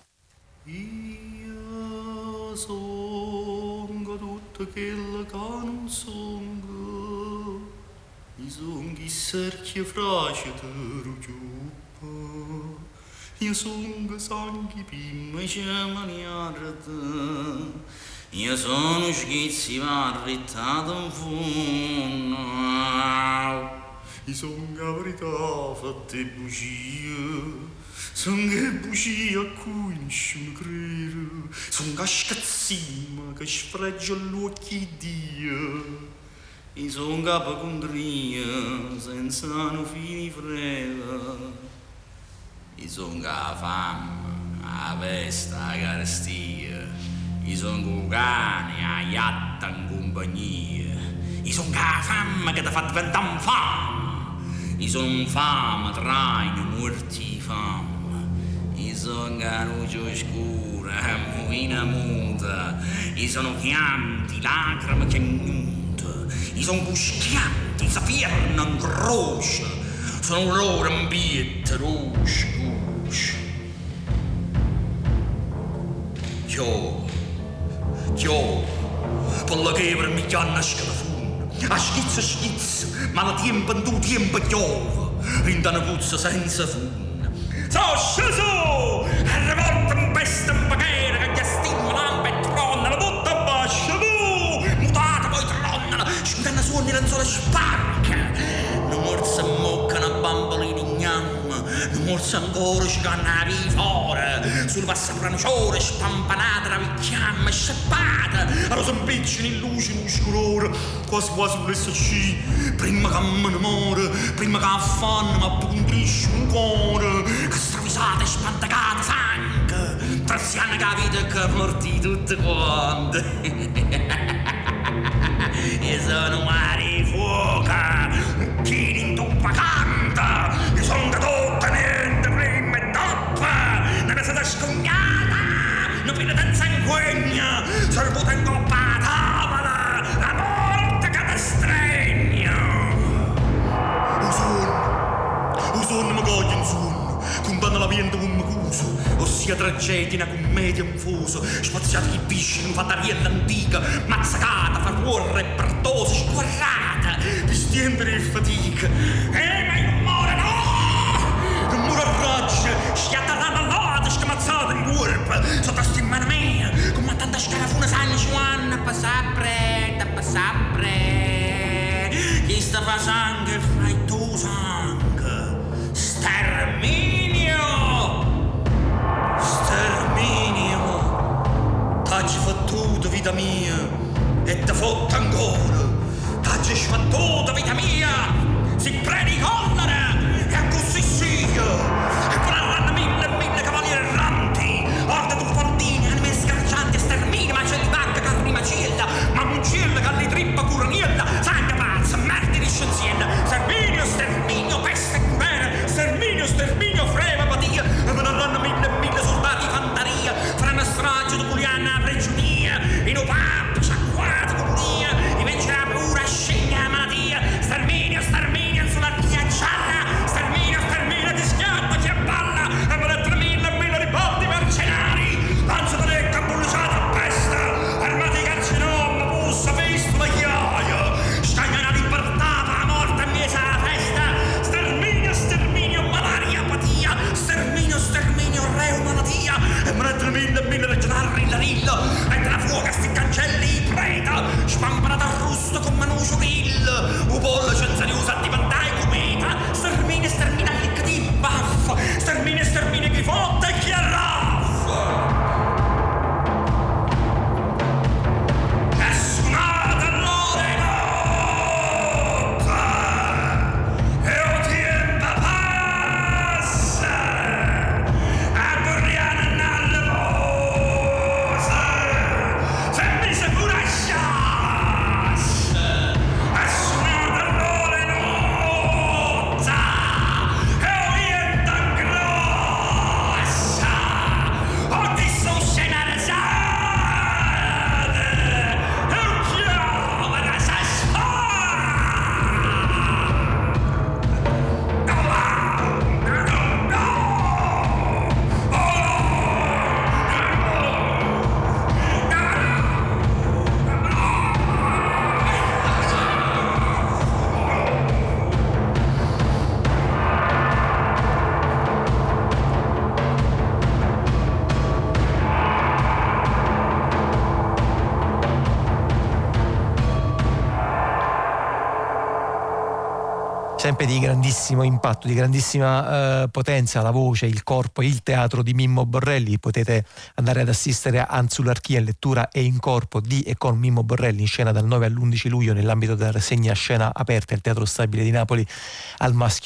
S10: Io songo tutto quello che non songo, i songhi cerchi frasci di rugiuppa, io songo sangue prima che maniarda, io sono schizzi varrittato in fondo. I son la verità fatte bugie, son che bugie a cui nessuno crede, son che scazzima che sfreggia l'occhio di Dio. I son capacondria senza no fini frega, i son che fame
S3: La festa, la carestia. I sono con cani, a iatta in compagnia. I sono con la fame che ti fa diventare un fame. I sono un fame, traino, morti di fame. I sono con la luce scura, movina muta. I sono chianti, lacrime che nuda. I sono cuschianti, si fermano in croce. Sono loro in biette, roce. Io, quello che per mi chiama scalafun, a schizzo, ma la tempo in tu tempo chiove, rindano puzza senza fun. So sceso, a rivolta in peste in bagheera, che gli stimola e tronna, la butta bascia, mutata poi tronna, scudana suoni lenzuola sparca, non morsa mocca una bambolina ignamma, non morsa ancora scannavi fuori, sul passapranciore spampanata la vecchiamma, sciappata, allo sempicciano in luce, in oscurore, quasi volesse sci, prima che me ne muore, prima che affanno, ma puntrisce un cuore, che stravisate, spantacate, sangue, tra siano capite che morti tutte quante. E sono mari fuoca, chini in tuppa canta, e sono cadotta niente prima e dopo, non è stata scognata, non viene da sanguigna, sorbuta in coppa a tavola, la morte che ti stregna. Un sonno mi coglie in sonno, condanna la vita con m'accuso, ossia tragedia, una commedia infuso, spaziati i pisci in fatariella antica, mazzacata, farruola e pertosa, squarrata, di stendere e fatica. Ma il muore no! Il muore a roccia, schiattata all'ora, scamazzata in corpo, sotto sti mano mia, come tanta scarafuna sanni Giovanna, passapre, chi sta fa sangue fra il tuo sangue, sterminio, t'hai fattuto vita mia, e te fotte ancora, t'hai sfattuto vita mia, si preni collera, e a così sia, e vorranno mille cavalieri erranti, orde turfantini, anime sgargianti, stermini, macelli vacca, carni macella, mamuncella, galli trippa, curaniella, sangue pazza, merda di scienziella, sterminio, peste e curere, sterminio, freva, patia, e vorranno mille soldati, fantaria, fra una strage di Puliana, regionia, in un pappo, sciacquato, comunia, i vencerà pura, scegna, malattia, sterminio, sulla ghiacciata, sterminio, ti schiatta, chi abballa, e volete mille ribalti mercenari, lancio da lecca, bulciata a pesta, armati carcinoma, bussa, pistola, chiaia, stagna la libertà, la morte, miesa la festa, sterminio, malaria, apatia, sterminio, reo, malattia, e volete mille regionali, rillo, e te la fuoca, sti cancelli, preta, spampanata arrusto con manucio vil, un pollo senza riusa a diventare cometa, sterminio, licca di baffa, sterminio, chi fotte e chi arraffa. E suonate all'ore notte, e o tempo passa, a Borriana nelle vose, sempre se pure sciasse, e suonate all'ore notte, e o niente grossa, o ti sono scenare sade, e un chiovere si
S1: sempre di grandissimo impatto, di grandissima potenza, la voce, il corpo, il teatro di Mimmo Borrelli. Potete andare ad assistere a Anzularchia in lettura e in corpo di e con Mimmo Borrelli, in scena dal 9 all'11 luglio nell'ambito della rassegna Scena Aperta al Teatro Stabile di Napoli al Maschio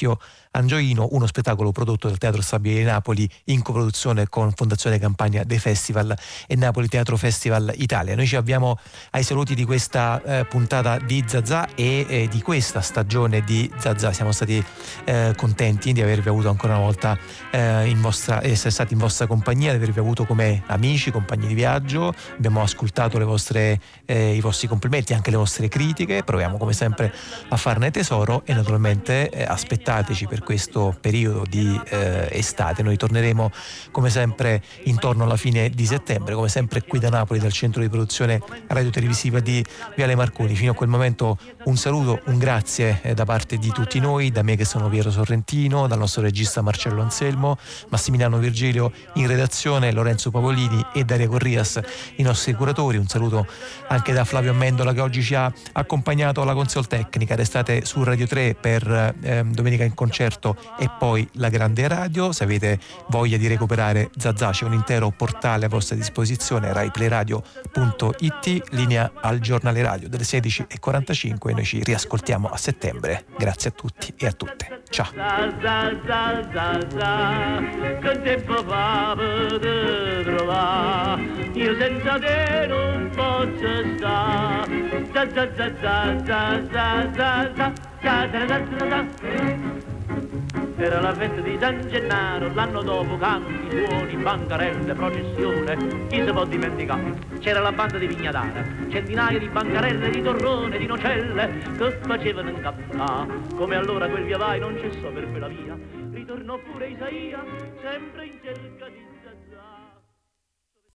S1: Angioino, uno spettacolo prodotto dal Teatro Stabile di Napoli in coproduzione con Fondazione Campania dei Festival e Napoli Teatro Festival Italia. Noi ci avviamo ai saluti di questa puntata di Zazà e di questa stagione di Zazà. Siamo stati contenti di avervi avuto ancora una volta essere stati in vostra compagnia, di avervi avuto come amici, compagni di viaggio. Abbiamo ascoltato i vostri complimenti, anche le vostre critiche, proviamo come sempre a farne tesoro e naturalmente aspettateci per questo periodo di estate. Noi torneremo come sempre intorno alla fine di settembre, come sempre qui da Napoli, dal centro di produzione radiotelevisiva di Viale Marconi. Fino a quel momento un saluto, un grazie da parte di tutti noi, da me che sono Piero Sorrentino, dal nostro regista Marcello Anselmo, Massimiliano Virgilio in redazione, Lorenzo Pavolini e Daria Corrias i nostri curatori. Un saluto anche da Flavio Amendola che oggi ci ha accompagnato alla console tecnica. Restate su Radio 3 per Domenica in Concerto e poi la Grande Radio. Se avete voglia di recuperare Zazà c'è un intero portale a vostra disposizione, raiplayradio.it, linea al giornale radio delle 16:45 e noi ci riascoltiamo a settembre. Grazie a tutti e a tutte. Ciao.
S2: Che tempo fa per trovare, io senza te non posso stare. Era la festa di San Gennaro, l'anno dopo canti, suoni, bancarelle, processione, chi si può dimenticare? C'era la banda di Vignadara, centinaia di bancarelle, di torrone, di nocelle, che facevano incappare. Come allora quel via vai non cessò per quella via, ritornò pure Isaia, sempre in cerca di Zazà.